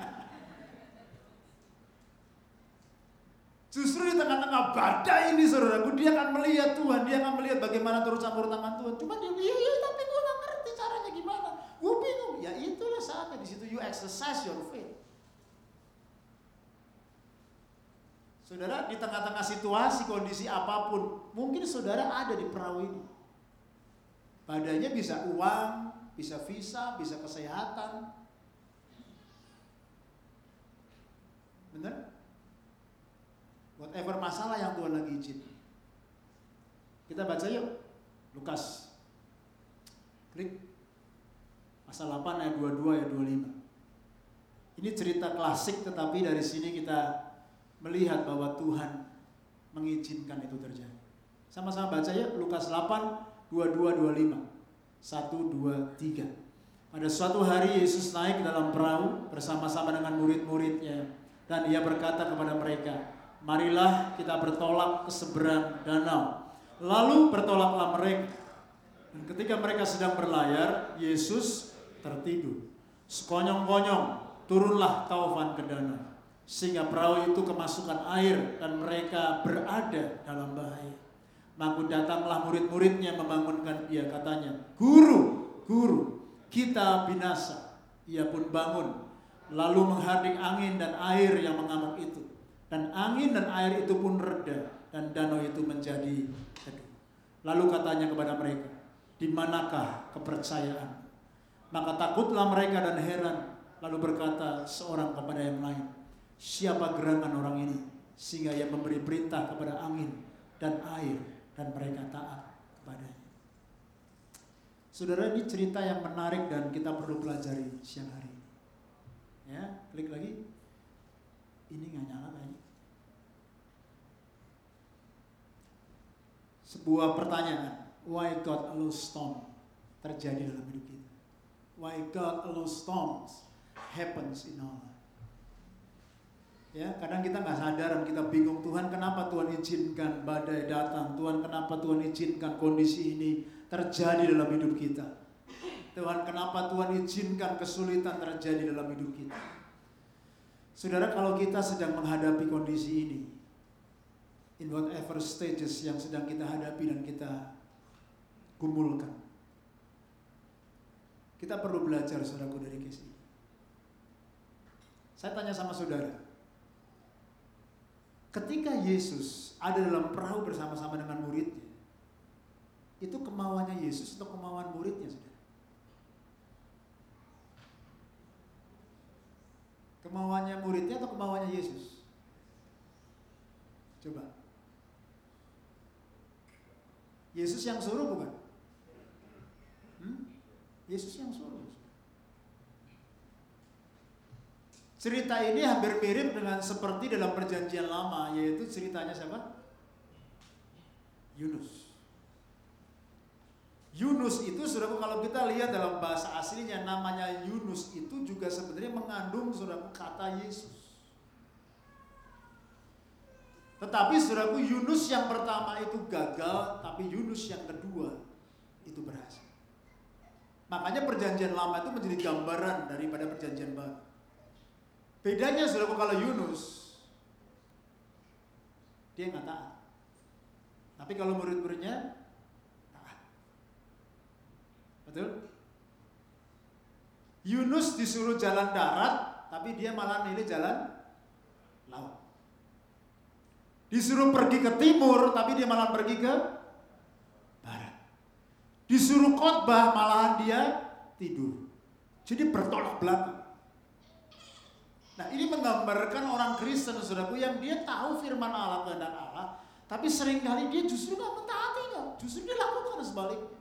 Justru di tengah-tengah badai ini saudaraku, dia akan melihat Tuhan, dia akan melihat bagaimana turut campur tangan Tuhan. Cuma dia, tapi gue gak ngerti caranya gimana, gue bingung. Ya itulah saatnya, di situ you exercise your faith. Saudara, di tengah-tengah situasi, kondisi apapun, mungkin saudara ada di perahu ini. Badainya bisa uang, bisa visa, bisa kesehatan. Benar? Whatever masalah yang Tuhan lagi izin. Kita baca yuk. Lukas. Klik. Pasal 8 ayat 22 ayat 25. Ini cerita klasik, tetapi dari sini kita melihat bahwa Tuhan mengizinkan itu terjadi. Sama-sama baca ya, Lukas 8, 22, 25. 1, 2, 3. Pada suatu hari Yesus naik ke dalam perahu bersama-sama dengan murid-muridnya. Dan ia berkata kepada mereka, marilah kita bertolak ke seberang danau. Lalu bertolaklah mereka. Dan ketika mereka sedang berlayar, Yesus tertidur. Sekonyong-konyong turunlah taufan ke danau, sehingga perahu itu kemasukan air dan mereka berada dalam bahaya. Maka datanglah murid-muridnya membangunkan dia, katanya, Guru, kita binasa. Ia pun bangun, lalu menghardik angin dan air yang mengamuk itu. Dan angin dan air itu pun reda, dan danau itu menjadi teduh. Lalu katanya kepada mereka, di manakah kepercayaan? Maka takutlah mereka dan heran. Lalu berkata seorang kepada yang lain, siapa gerangan orang ini sehingga ia memberi perintah kepada angin dan air dan mereka taat kepadanya. Saudara, ini cerita yang menarik dan kita perlu pelajari siang hari ini. Ya, klik lagi. Ini nggak nyala kayaknya. Sebuah pertanyaan, why God allows storm terjadi dalam hidup kita? Why God allows storms happens in our life? Ya, kadang kita nggak sadar dan kita bingung, Tuhan kenapa Tuhan izinkan badai datang? Tuhan kenapa Tuhan izinkan kondisi ini terjadi dalam hidup kita? Tuhan kenapa Tuhan izinkan kesulitan terjadi dalam hidup kita? Saudara, kalau kita sedang menghadapi kondisi ini, in whatever stages yang sedang kita hadapi dan kita gumulkan, kita perlu belajar saudaraku dari kisah ini. Saya tanya sama saudara, ketika Yesus ada dalam perahu bersama-sama dengan muridnya, itu kemauannya Yesus atau kemauan muridnya, saudara? Kemauannya muridnya atau kemauannya Yesus? Coba. Yesus yang suruh bukan? Yesus yang suruh. Cerita ini hampir mirip dengan seperti dalam perjanjian lama, yaitu ceritanya siapa? Yunus. Yunus itu, saudaraku, kalau kita lihat dalam bahasa aslinya, namanya Yunus itu juga sebenarnya mengandung, saudaraku, kata Yesus. Tetapi saudaraku, Yunus yang pertama itu gagal, tapi Yunus yang kedua itu berhasil. Makanya perjanjian lama itu menjadi gambaran daripada perjanjian baru. Bedanya saudaraku, kalau Yunus dia nggak taat, tapi kalau murid-muridnya taat. Betul? Yunus disuruh jalan darat, tapi dia malah milih jalan laut. Disuruh pergi ke timur, tapi dia malah pergi ke barat. Disuruh khotbah, malahan dia tidur. Jadi bertolak belakang. Nah, ini menggambarkan orang Kristen, saudaraku, yang dia tahu firman Allah, kehendak Allah, tapi seringkali dia justru nggak mentaatinya, justru dia lakukan sebaliknya.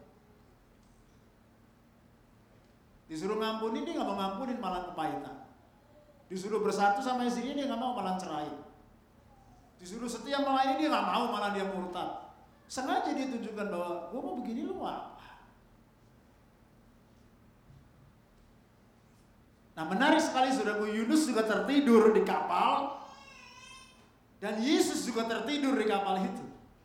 Disuruh ngampunin, dia nggak mau ngampunin, malah kepahitan. Disuruh bersatu sama istrinya, dia nggak mau, malah cerai. Disuruh setia melayani, dia nggak mau, malah dia murtad. Sengaja dia tunjukkan bahwa gue mau begini, lu apa? Nah, menarik sekali, saudaraku, Yunus juga tertidur di kapal, dan Yesus juga tertidur di kapal itu.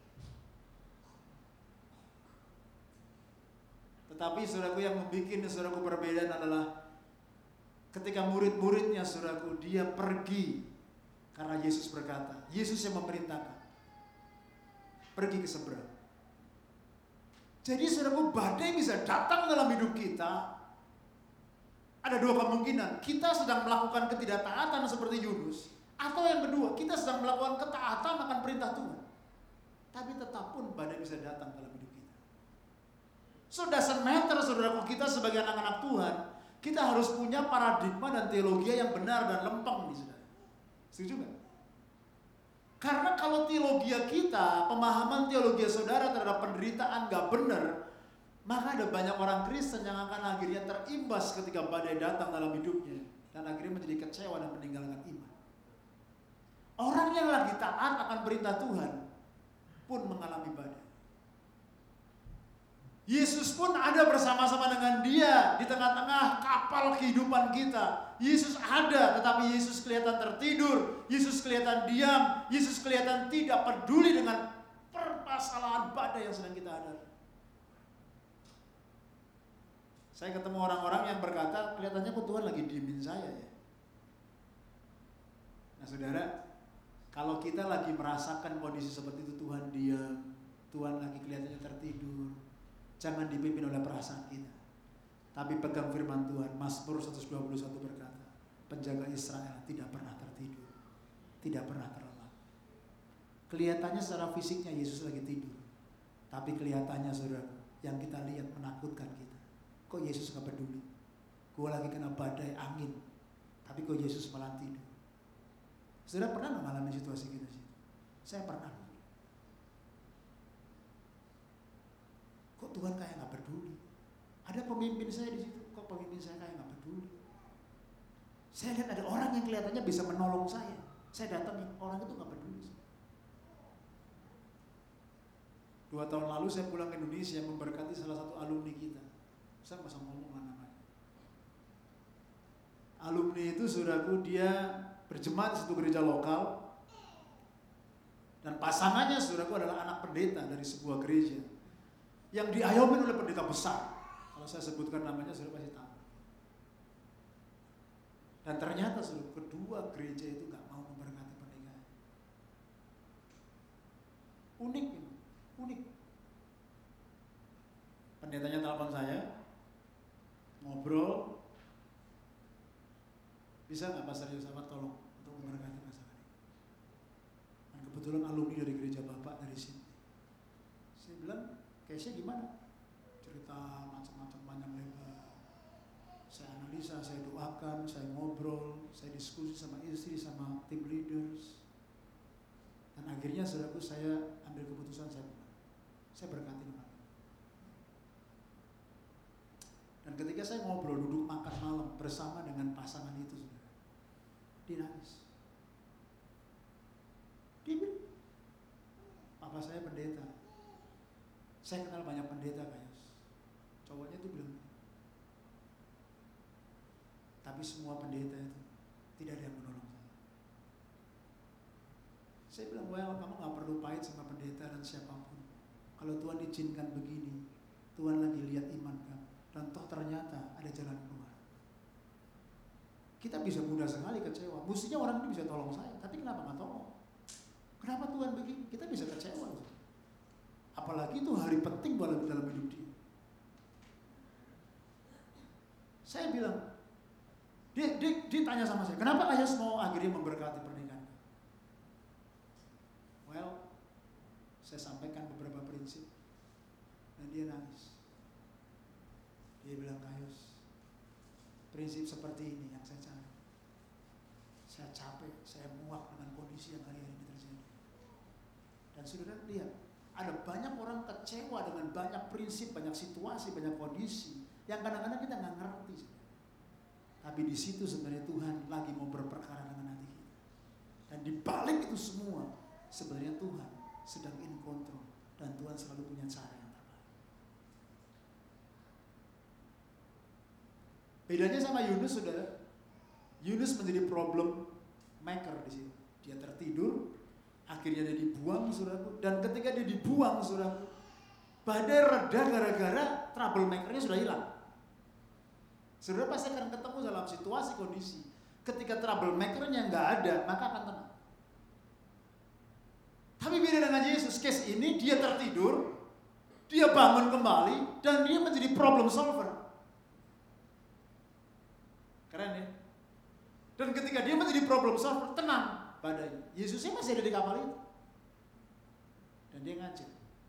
Tetapi saudaraku, yang membuat saudaraku perbedaan adalah ketika murid-muridnya, saudaraku, dia pergi karena Yesus berkata, Yesus yang memerintahkan, pergi ke seberang. Jadi saudaraku, badai bisa datang dalam hidup kita. Ada dua kemungkinan, kita sedang melakukan ketidaktaatan seperti Yunus, atau yang kedua, kita sedang melakukan ketaatan akan perintah Tuhan. Tapi tetap pun badai bisa datang dalam hidup kita. So doesn't matter, saudaraku, kita sebagai anak-anak Tuhan, kita harus punya paradigma dan teologi yang benar dan lempeng di saudara. Setuju gak? Karena kalau teologi kita, pemahaman teologi saudara terhadap penderitaan gak benar, maka ada banyak orang Kristen yang akan akhirnya terimbas ketika badai datang dalam hidupnya, dan akhirnya menjadi kecewa dan meninggalkan iman. Orang yang lagi taat akan perintah Tuhan pun mengalami badai. Yesus pun ada bersama-sama dengan dia di tengah-tengah kapal kehidupan kita. Yesus ada, tetapi Yesus kelihatan tertidur, Yesus kelihatan diam, Yesus kelihatan tidak peduli dengan permasalahan badai yang sedang kita hadapi. Saya ketemu orang-orang yang berkata, kelihatannya kok Tuhan lagi diemin saya ya. Nah saudara, kalau kita lagi merasakan kondisi seperti itu, Tuhan diam, Tuhan lagi kelihatannya tertidur, jangan dipimpin oleh perasaan kita, tapi pegang firman Tuhan. Mazmur 121 berkata, penjaga Israel tidak pernah tertidur, tidak pernah terlelap. Kelihatannya secara fisiknya Yesus lagi tidur, tapi kelihatannya saudara, yang kita lihat menakutkan kita. Kok Yesus gak peduli? Gue lagi kena badai angin, tapi kok Yesus malah tidur? Saudara pernah mengalami situasi gitu sih? Saya pernah. Kok Tuhan kayak gak peduli? Ada pemimpin saya di situ, kok pemimpin saya kayak gak peduli? Saya lihat ada orang yang kelihatannya bisa menolong saya. Saya datangin, orang itu gak peduli. 2 tahun lalu saya pulang ke Indonesia memberkati salah satu alumni kita. Saya nggak usah ngomong lah namanya. Alumni itu saudaraku, dia berjemaat di satu gereja lokal, dan pasangannya saudaraku adalah anak pendeta dari sebuah gereja yang diayomin oleh pendeta besar. Kalau saya sebutkan namanya saudara pasti tahu. Dan ternyata saudara, kedua gereja itu nggak mau memberkati pernikahan. Unik ini, unik. Pendetanya telepon saya, ngobrol, bisa nggak Pastor Yosafat tolong untuk memberkati pasangan ini? Dan kebetulan alumni dari gereja Bapak dari sini. Saya bilang, case-nya gimana? Cerita macam-macam panjang lebar. Saya analisa, saya doakan, saya ngobrol, saya diskusi sama istri, sama tim leaders. Dan akhirnya saudaraku, saya ambil keputusan, saya berkati nama. Dan ketika saya ngobrol, duduk makan malam bersama dengan pasangan itu, saudara, dia nangis. Dia bilang, papa saya pendeta. Saya kenal banyak pendeta kayak cowoknya itu bilang, tapi semua pendeta itu tidak ada yang menolong saya. Saya bilang, well, kamu gak perlu pahit sama pendeta dan siapapun. Kalau Tuhan izinkan begini, Tuhan lagi lihat iman kamu. Dan toh ternyata ada jalan keluar. Kita bisa mudah sekali kecewa. Mestinya orang ini bisa tolong saya, tapi kenapa nggak tolong? Kenapa Tuhan begini? Kita bisa kecewa. Apalagi itu hari penting dalam hidup dia. Saya bilang, Dia tanya sama saya, kenapa Kak Yos mau akhirnya memberkati pernikahan? Well, saya sampaikan beberapa prinsip dan dia nangis. Dia bilang, Kak Yos, prinsip seperti ini yang saya cari. Saya capek, saya muak dengan kondisi yang hari-hari ini terjadi. Dan saudara lihat, ada banyak orang kecewa dengan banyak prinsip, banyak situasi, banyak kondisi yang kadang-kadang kita nggak ngerti. Tapi di situ sebenarnya Tuhan lagi mau berperkara dengan hati kita. Dan di balik itu semua, sebenarnya Tuhan sedang in control dan Tuhan selalu punya cara yang terbaik. Bedanya sama Yunus, saudara. Yunus menjadi problem maker di situ. Dia tertidur, akhirnya dia dibuang, saudaraku. Dan ketika dia dibuang, saudaraku, badai reda gara-gara trouble makernya sudah hilang. Saudara pasti akan ketemu dalam situasi kondisi ketika trouble makernya nggak ada, maka akan tenang. Tapi beda dengan Yesus, case ini dia tertidur, dia bangun kembali, dan dia menjadi problem solver. Keren ya? Dan ketika dia menjadi problem solver, tenang badai. Yesusnya masih ada di kapal itu. Dan dia ngajar.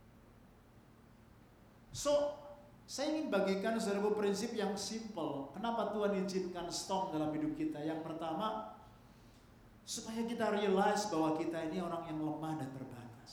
So, saya ingin bagikan saudaraku prinsip yang simple. Kenapa Tuhan izinkan storm dalam hidup kita? Yang pertama, supaya kita realize bahwa kita ini orang yang lemah dan terbatas.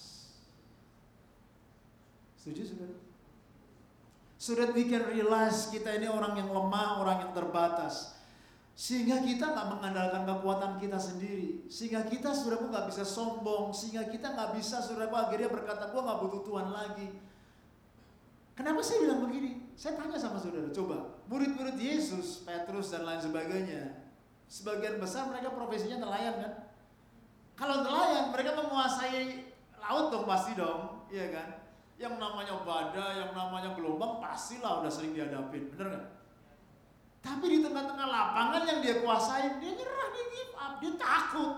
Setuju, saudara? So that we can realize kita ini orang yang lemah, orang yang terbatas. Sehingga kita gak mengandalkan kekuatan kita sendiri. Sehingga kita, saudaraku, gak bisa sombong. Sehingga kita gak bisa, saudaraku, akhirnya berkata, gue gak butuh Tuhan lagi. Kenapa saya bilang begini? Saya tanya sama saudara, coba murid-murid Yesus, Petrus dan lain sebagainya, sebagian besar mereka profesinya nelayan kan? Kalau nelayan, mereka menguasai laut dong, pasti dong, iya kan? Yang namanya badai, yang namanya gelombang, pastilah udah sering dihadapin, bener kan? Tapi di tengah-tengah lapangan yang dia kuasain, dia nyerah, dia give up, dia takut.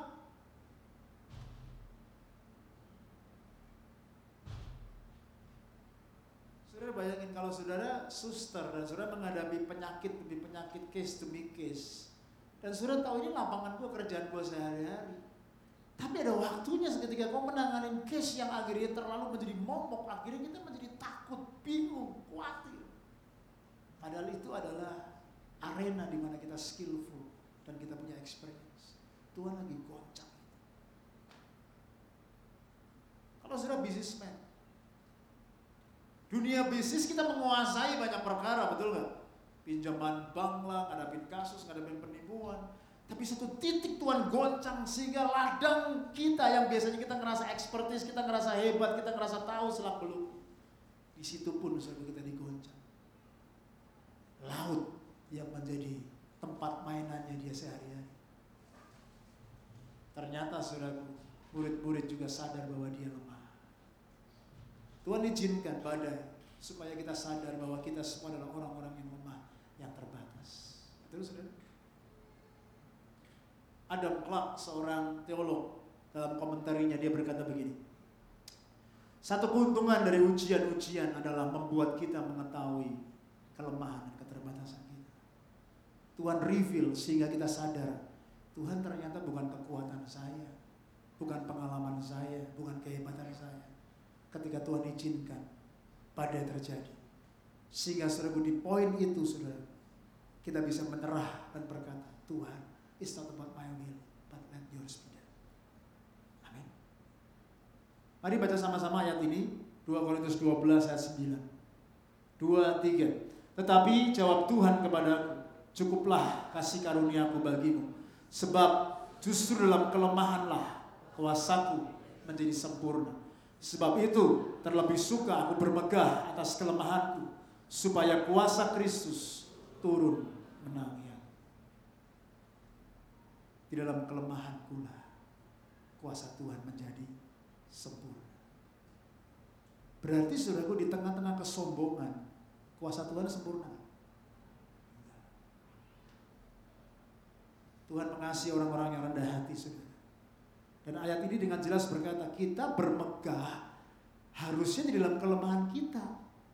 Saudara bayangin kalau saudara suster dan saudara menghadapi penyakit demi penyakit, case demi case. Dan saudara tahu ini lapangan gua, kerjaan gua sehari-hari. Tapi ada waktunya ketika kau menangani case yang akhirnya terlalu menjadi momok, akhirnya kita menjadi takut, bingung, khawatir. Padahal itu adalah arena di mana kita skillful dan kita punya experience. Tuhan lagi goncang. Kalau saudara businessman, dunia bisnis kita menguasai banyak perkara, betul nggak? Pinjaman bank lah, ngadapin kasus, ngadapin penipuan. Tapi satu titik Tuhan goncang sehingga ladang kita yang biasanya kita ngerasa expertise, kita ngerasa hebat, kita ngerasa tahu selak beluk. Di situ pun saudara kita digoncang. Laut yang menjadi tempat mainannya dia sehari-hari. Ternyata saudaraku, murid-murid juga sadar bahwa dia lemah. Tuhan izinkan badai supaya kita sadar bahwa kita semua adalah orang-orang yang lemah, yang terbatas. Betul, saudara? Adam Clarke, seorang teolog, dalam komentarinya dia berkata begini. Satu keuntungan dari ujian-ujian adalah membuat kita mengetahui kelemahan dan keterbatasan kita. Tuhan reveal sehingga kita sadar, Tuhan ternyata bukan kekuatan saya, bukan pengalaman saya, bukan kehebatan saya. Ketika Tuhan izinkan badai terjadi, sehingga saudara di poin itu saudara kita bisa menyerah dan berkata, Tuhan, it's not about my will, but let yours be done. Amin. Mari baca sama-sama ayat ini, 2 Korintus 12 ayat 9. 2, 3. Tetapi jawab Tuhan kepadaku, cukuplah kasih karuniaku bagimu, sebab justru dalam kelemahanlah kuasaku menjadi sempurna. Sebab itu terlebih suka aku bermegah atas kelemahanku, supaya kuasa Kristus turun menaungi aku. Di dalam kelemahanku lah kuasa Tuhan menjadi sempurna. Berarti saudaraku, di tengah-tengah kesombongan kuasa Tuhan sempurna. Tuhan mengasihi orang-orang yang rendah hati, saudara. Dan ayat ini dengan jelas berkata, kita bermegah harusnya di dalam kelemahan kita,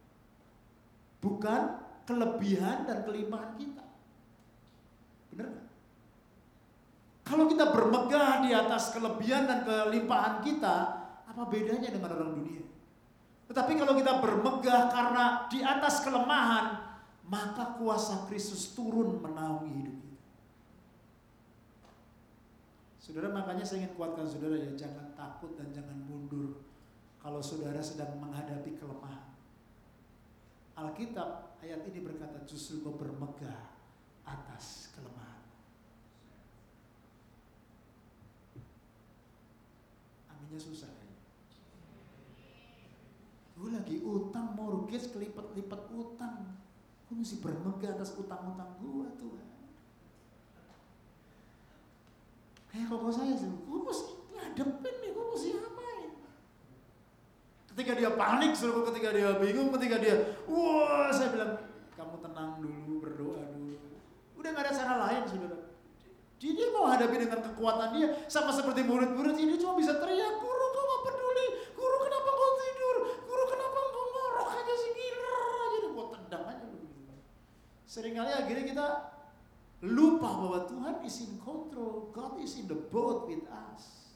bukan kelebihan dan kelimpahan kita. Benar gak? Kalau kita bermegah di atas kelebihan dan kelimpahan kita, apa bedanya dengan orang dunia? Tetapi kalau kita bermegah karena di atas kelemahan, maka kuasa Kristus turun menaungi hidup kita. Saudara, makanya saya ingin kuatkan saudara ya, jangan takut dan jangan mundur kalau saudara sedang menghadapi kelemahan. Alkitab ayat ini berkata justru kau bermegah atas kelemahan. Aminnya susah ya. Gue lagi utang mortgage kelipat-lipat utang. Gue mesti bermegah atas utang-utang gue Tuhan. Kayak koko saya sih, gue mesti ngadepin nih, gue mesti apain. Ketika dia panik, ketika dia bingung, ketika dia, wah, saya bilang, kamu tenang dulu, berdoa dulu. Udah gak ada cara lain, saudara. Dia mau hadapi dengan kekuatan dia, sama seperti murid-murid ini cuma bisa teriak, guru kau gak peduli, guru kenapa kau tidur, guru kenapa kau ngorok aja sih, gila aja, gue tendang aja begitu. Seringkali akhirnya kita lupa bahwa Tuhan is in control, God is in the boat with us.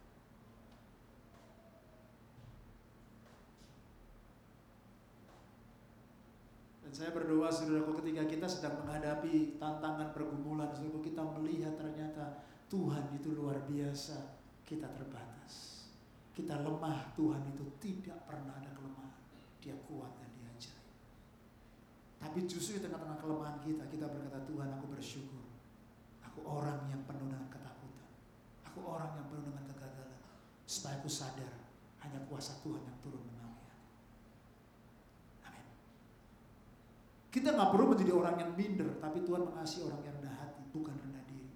Dan saya berdoa saudaraku, ketika kita sedang menghadapi tantangan pergumulan, saudaraku, kita melihat ternyata Tuhan itu luar biasa, kita terbatas. Kita lemah, Tuhan itu tidak pernah ada kelemahan. Dia kuat dan dia ajaib. Tapi justru di tengah-tengah kelemahan kita berkata, Tuhan aku bersyukur. Aku orang yang penuh dengan ketakutan. Aku orang yang penuh dengan kegagalan. Supaya aku sadar, hanya kuasa Tuhan yang turun menaungi aku. Amin. Kita gak perlu menjadi orang yang minder, tapi Tuhan mengasihi orang yang rendah hati, bukan rendah diri.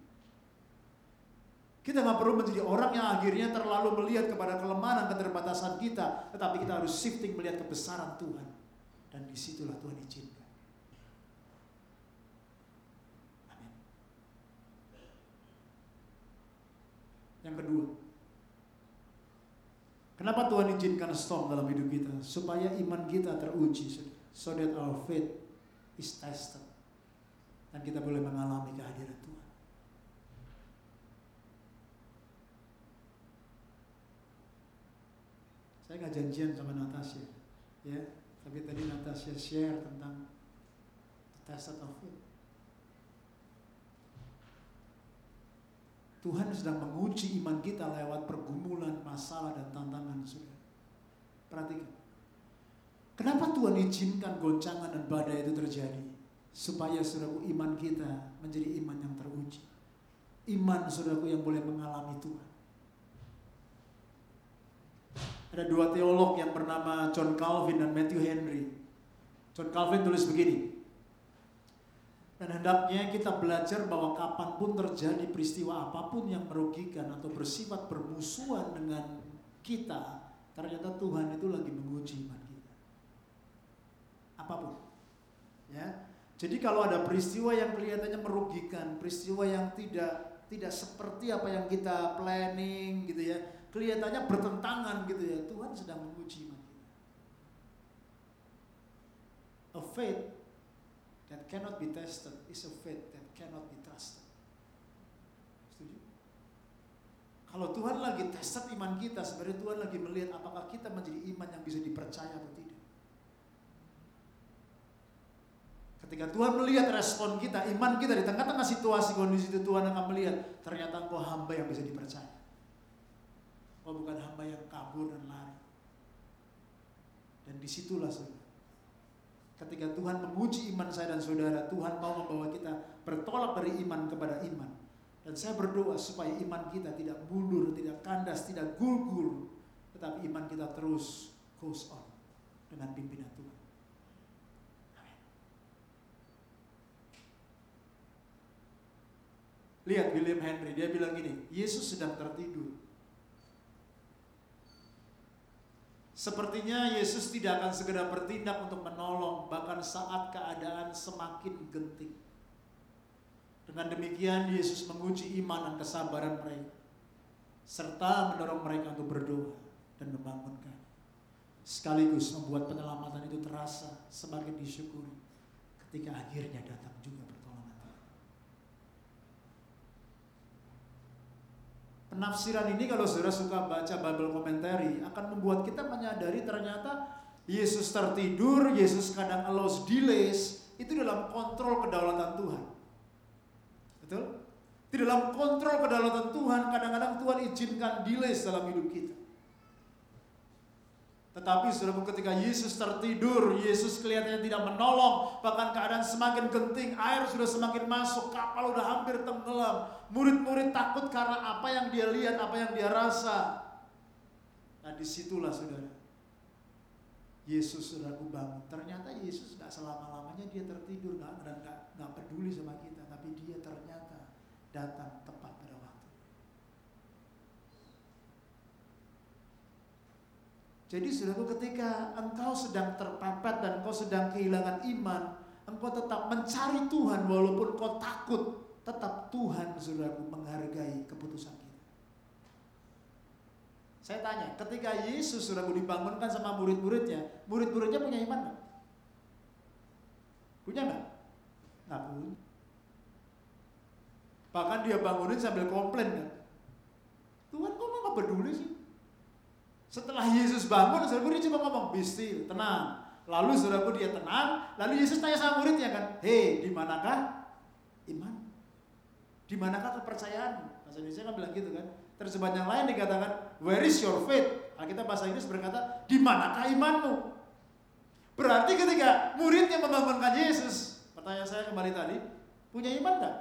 Kita gak perlu menjadi orang yang akhirnya terlalu melihat kepada kelemahan dan keterbatasan kita, tetapi kita harus shifting melihat kebesaran Tuhan. Dan disitulah Tuhan izinkan. Yang kedua, kenapa Tuhan izinkan storm dalam hidup kita? Supaya iman kita teruji, so that our faith is tested, dan kita boleh mengalami kehadiran Tuhan. Saya nggak janjian sama Natasha, ya, tapi tadi Natasha share tentang the tested of faith. Tuhan sedang menguji iman kita lewat pergumulan, masalah, dan tantangan, saudara. Perhatikan. Kenapa Tuhan izinkan goncangan dan badai itu terjadi? Supaya saudaraku, iman kita menjadi iman yang teruji. Iman saudaraku yang boleh mengalami Tuhan. Ada dua teolog yang bernama John Calvin dan Matthew Henry. John Calvin tulis begini. Dan hendaknya kita belajar bahwa kapanpun terjadi peristiwa apapun yang merugikan atau bersifat bermusuhan dengan kita, ternyata Tuhan itu lagi menguji iman kita. Apapun. Ya. Jadi kalau ada peristiwa yang kelihatannya merugikan, peristiwa yang tidak seperti apa yang kita planning gitu ya, kelihatannya bertentangan gitu ya, Tuhan sedang menguji iman kita. A faith that cannot be tested is a faith that cannot be trusted. Setuju? Kalau Tuhan lagi tested iman kita, sebenarnya Tuhan lagi melihat apakah kita menjadi iman yang bisa dipercaya atau tidak. Ketika Tuhan melihat respon kita, iman kita di tengah-tengah situasi kondisi itu, Tuhan akan melihat ternyata engkau hamba yang bisa dipercaya. Engkau bukan hamba yang kabur dan lari. Dan disitulah saudara, ketika Tuhan menguji iman saya dan saudara, Tuhan mau membawa kita bertolak dari iman kepada iman. Dan saya berdoa supaya iman kita tidak mundur, tidak kandas, tidak gugur, tetapi iman kita terus goes on dengan pimpinan Tuhan. Amin. Lihat William Henry, dia bilang gini, Yesus sedang tertidur. Sepertinya Yesus tidak akan segera bertindak untuk menolong, bahkan saat keadaan semakin genting. Dengan demikian Yesus menguji iman dan kesabaran mereka, serta mendorong mereka untuk berdoa dan membangunkan. Sekaligus membuat penyelamatan itu terasa semakin disyukuri ketika akhirnya datang juga pertolongan Tuhan. Penafsiran ini kalau saudara suka baca Bible commentary akan membuat kita menyadari ternyata Yesus tertidur, Yesus kadang allows delays, itu dalam kontrol kedaulatan Tuhan. Betul? Di dalam kontrol kedaulatan Tuhan, kadang-kadang Tuhan izinkan delays dalam hidup kita. Tetapi saudaraku, ketika Yesus tertidur, Yesus kelihatannya tidak menolong, bahkan keadaan semakin genting, air sudah semakin masuk, kapal udah hampir tenggelam. Murid-murid takut karena apa yang dia lihat, apa yang dia rasa. Nah disitulah saudara, Yesus saudaraku bangun. Ternyata Yesus gak selama-lamanya dia tertidur, gak peduli sama kita, tapi dia ternyata datang tepat pada waktu. Jadi saudaraku, ketika engkau sedang terpepet dan engkau sedang kehilangan iman, engkau tetap mencari Tuhan walaupun engkau takut, tetap Tuhan saudaraku menghargai keputusan kita. Saya tanya, ketika Yesus saudaraku dibangunkan sama murid-muridnya punya iman gak? Punya gak? Gak punya. Bahkan dia bangunin sambil komplain kan, Tuhan kok gak peduli sih? Setelah Yesus bangun, saudaraku dia cuma ngomong, "Be still, tenang." Lalu saudaraku dia tenang, lalu Yesus tanya sama muridnya kan, "Hei, di manakah iman? Di manakah kepercayaan?" Bahasa Indonesia kan bilang gitu kan. Terjemahan yang lain dikatakan, "Where is your faith?" Alkitab bahasa Inggris berkata, "Di manakah imanmu?" Berarti ketika muridnya membangunkan Yesus, pertanyaan saya kembali tadi, punya iman enggak?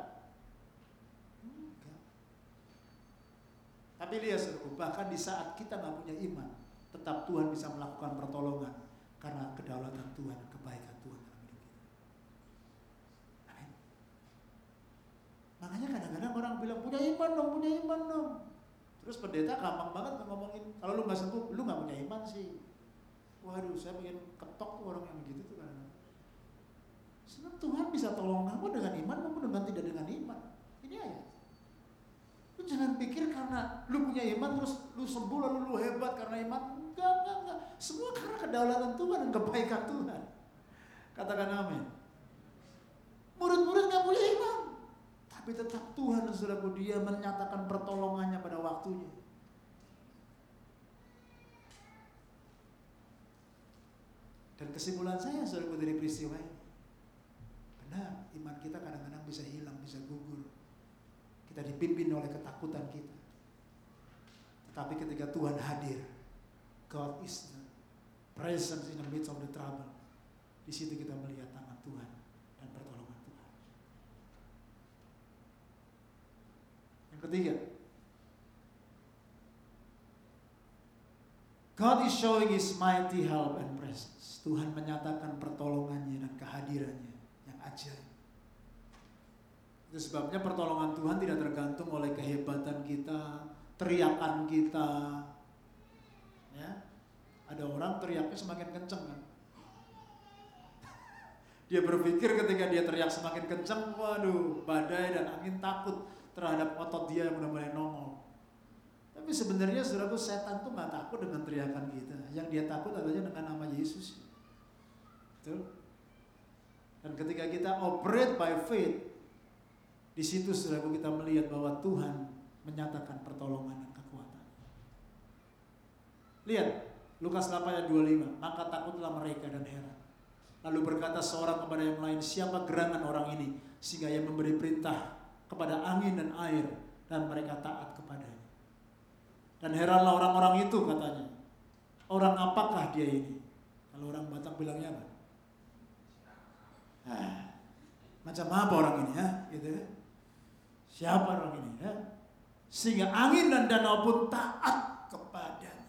Tapi lihat saudaraku, bahkan di saat kita gak punya iman, tetap Tuhan bisa melakukan pertolongan karena kedaulatan Tuhan, kebaikan Tuhan dalam hidup kita. Amin. Makanya kadang-kadang orang bilang punya iman dong. Terus pendeta gampang banget ngomongin, kalau lu gak sembuh, lu gak punya iman sih. Waduh, saya pengen ketok tuh orang yang begitu tuh kadang-kadang. Sebab Tuhan bisa tolong kamu dengan iman maupun dengan tidak dengan iman. Ini ayat. Lu jangan pikir karena lu punya iman terus lu sembuh lalu lu hebat karena iman. Enggak. Semua karena kedaulatan Tuhan dan kebaikan Tuhan. Katakan amin. Murid-murid gak punya iman, tapi tetap Tuhan saudaraku, dia menyatakan pertolongannya pada waktunya. Dan kesimpulan saya saudaraku dari peristiwa ini, benar, iman kita kadang-kadang bisa hilang, bisa gugur. Kita dipimpin oleh ketakutan kita. Tetapi ketika Tuhan hadir, God is the presence in the midst of the trouble. Di situ kita melihat tangan Tuhan dan pertolongan Tuhan. Yang ketiga, God is showing His mighty help and presence. Tuhan menyatakan pertolongannya dan kehadirannya yang ajaib. Itu sebabnya pertolongan Tuhan tidak tergantung oleh kehebatan kita, teriakan kita. Ya, ada orang teriaknya semakin kenceng kan. Dia berpikir ketika dia teriak semakin kenceng, waduh, badai dan angin takut terhadap otot dia yang udah mulai nongol. Tapi sebenarnya saudaraku, setan tuh gak takut dengan teriakan kita. Yang dia takut adalah dengan nama Yesus. Betul? Dan ketika kita operate by faith, di situ saudaraku kita melihat bahwa Tuhan menyatakan pertolongan dan kekuatan. Lihat Lukas 8 ayat 25, maka takutlah mereka dan heran. Lalu berkata seorang kepada yang lain, siapa gerangan orang ini sehingga ia memberi perintah kepada angin dan air dan mereka taat kepadanya. Dan heranlah orang-orang itu katanya. Orang apakah dia ini? Kalau orang Batak bilangnya apa? Macam apa orang ini ya? Gitu ya. Siapa orang ini ya? Sehingga angin dan danau pun taat kepadanya.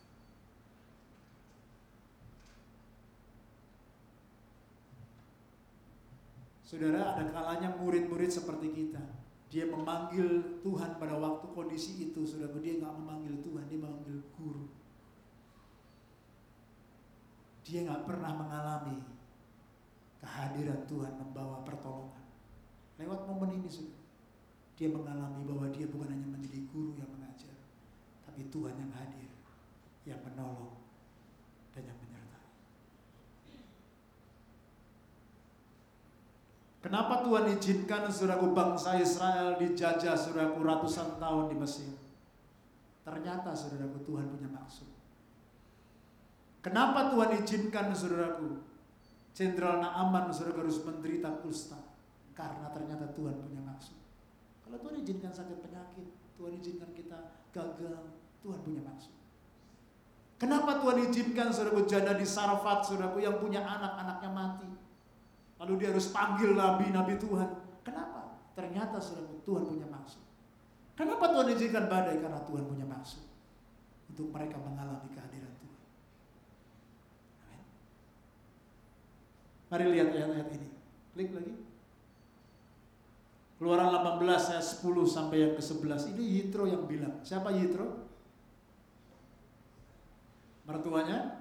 Saudara, ada kalanya murid-murid seperti kita. Dia memanggil Tuhan pada waktu kondisi itu. Saudara, dia gak memanggil Tuhan, dia memanggil guru. Dia gak pernah mengalami kehadiran Tuhan membawa pertolongan. Lewat momen ini saudara, dia mengalami bahwa dia bukan hanya menjadi guru yang mengajar, tapi Tuhan yang hadir, yang menolong dan yang menyertai. Kenapa Tuhan izinkan saudaraku bangsa Israel dijajah saudaraku ratusan tahun di Mesir? Ternyata saudaraku, Tuhan punya maksud. Kenapa Tuhan izinkan saudaraku Jenderal Naaman saudara harus menderita kusta? Karena ternyata Tuhan punya maksud. Kalau Tuhan izinkan sakit penyakit, Tuhan izinkan kita gagal, Tuhan punya maksud. Kenapa Tuhan izinkan saudaraku janda di Sarfat saudaraku yang punya anak-anaknya mati? Lalu dia harus panggil nabi-nabi Tuhan. Kenapa? Ternyata saudaraku Tuhan punya maksud. Kenapa Tuhan izinkan badai? Karena Tuhan punya maksud untuk mereka mengalami kehadiran Tuhan. Amin. Mari lihat ayat-ayat ini. Klik lagi. Keluaran 18 ayat 10 sampai yang ke-11. Ini Yitro yang bilang. Siapa Yitro? Mertuanya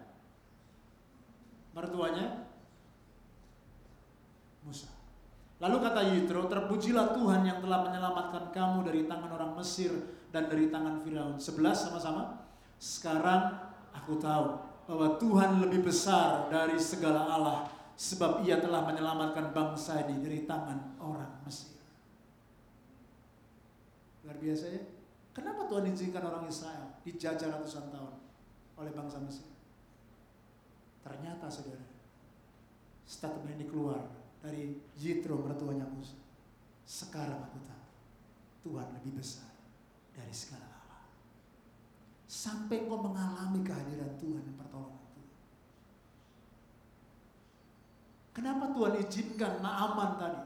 Musa. Lalu kata Yitro, terpujilah Tuhan yang telah menyelamatkan kamu dari tangan orang Mesir dan dari tangan Firaun. 11 sama-sama. Sekarang aku tahu bahwa Tuhan lebih besar dari segala Allah, sebab ia telah menyelamatkan bangsa ini dari tangan orang Mesir. Luar biasa ya. Kenapa Tuhan izinkan orang Israel dijajah ratusan tahun oleh bangsa Mesir? Ternyata saudara, statement ini keluar dari Yitro mertuanya Musa. Sekarang aku tahu Tuhan lebih besar dari segala Allah. Sampai kau mengalami kehadiran Tuhan dan pertolongan Tuhan. Kenapa Tuhan izinkan Naaman tadi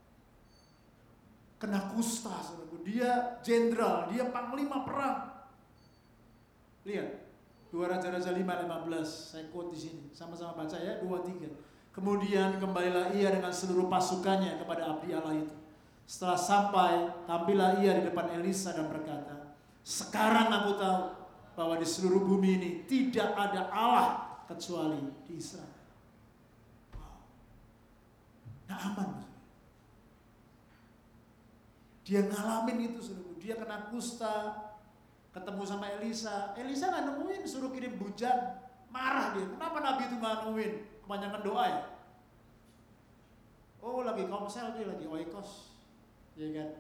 kena kusta, saudaraku? Dia jenderal, dia panglima perang. Lihat 2 Raja-Raja 5:15, saya quote di sini. Sama-sama baca ya, 2-3. Kemudian kembalilah ia dengan seluruh pasukannya kepada abdi Allah itu. Setelah sampai, tampillah ia di depan Elisa dan berkata, sekarang aku tahu bahwa di seluruh bumi ini tidak ada Allah kecuali di Israel. Wow. Naaman. Dia ngalamin itu, saudaraku. Dia kena kusta, ketemu sama Elisa. Elisa nggak nemuin, suruh kirim bujang. Marah dia. Kenapa Nabi itu nggak nemuin? Kebanyakan doa ya. Oh, lagi komsel dia, lagi oikos, ya kan?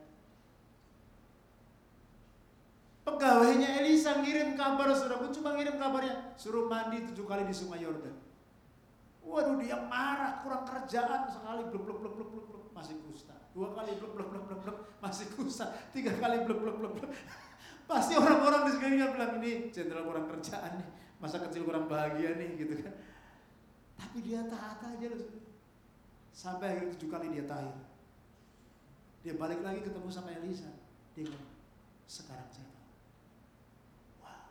Pegawainya Elisa ngirim kabar, saudaraku, cuma ngirim kabarnya, suruh mandi 7 kali di Sungai Yordan. Waduh, dia marah, kurang kerjaan, sekali bluk masih kusta. 2 kali bluk masih kusta. 3 kali bluk. Pasti orang-orang di sekelilingnya bilang, ini jenderal kurang kerjaan nih, masa kecil kurang bahagia nih, gitu kan. Tapi dia taat aja loh. Sampai akhirnya 7 kali dia tahir. Dia balik lagi ketemu sama Elisa. Dia bilang, sekarang saya tahu. Wow.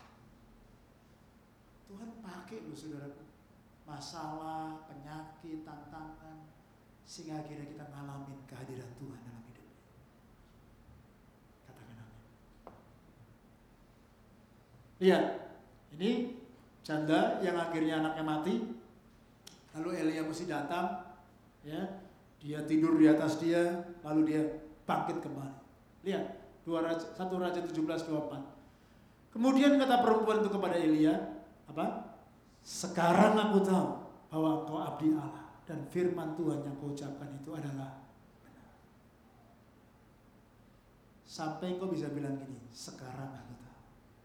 Tuhan pakai loh saudaraku. Masalah, penyakit, tantangan, sehingga akhirnya kita ngalamin kehadiran Tuhan dalam hidup. Katakan amin. Lihat, ini janda yang akhirnya anaknya mati. Lalu Elia mesti datang, ya, dia tidur di atas dia, lalu dia bangkit kembali. Lihat, 1 Raja 17:24. Kemudian kata perempuan itu kepada Elia, apa? Sekarang aku tahu bahwa engkau abdi Allah dan firman Tuhan yang kau ucapkan itu adalah benar. Sampai engkau bisa bilang gini, sekarang aku tahu.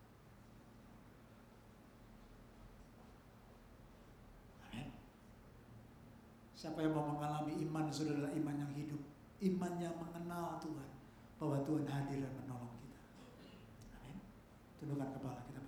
Siapa yang mau mengalami iman, saudara, iman yang hidup, iman yang mengenal Tuhan, bahwa Tuhan hadir dan menolong kita. Amin. Tundukkan kepala kita.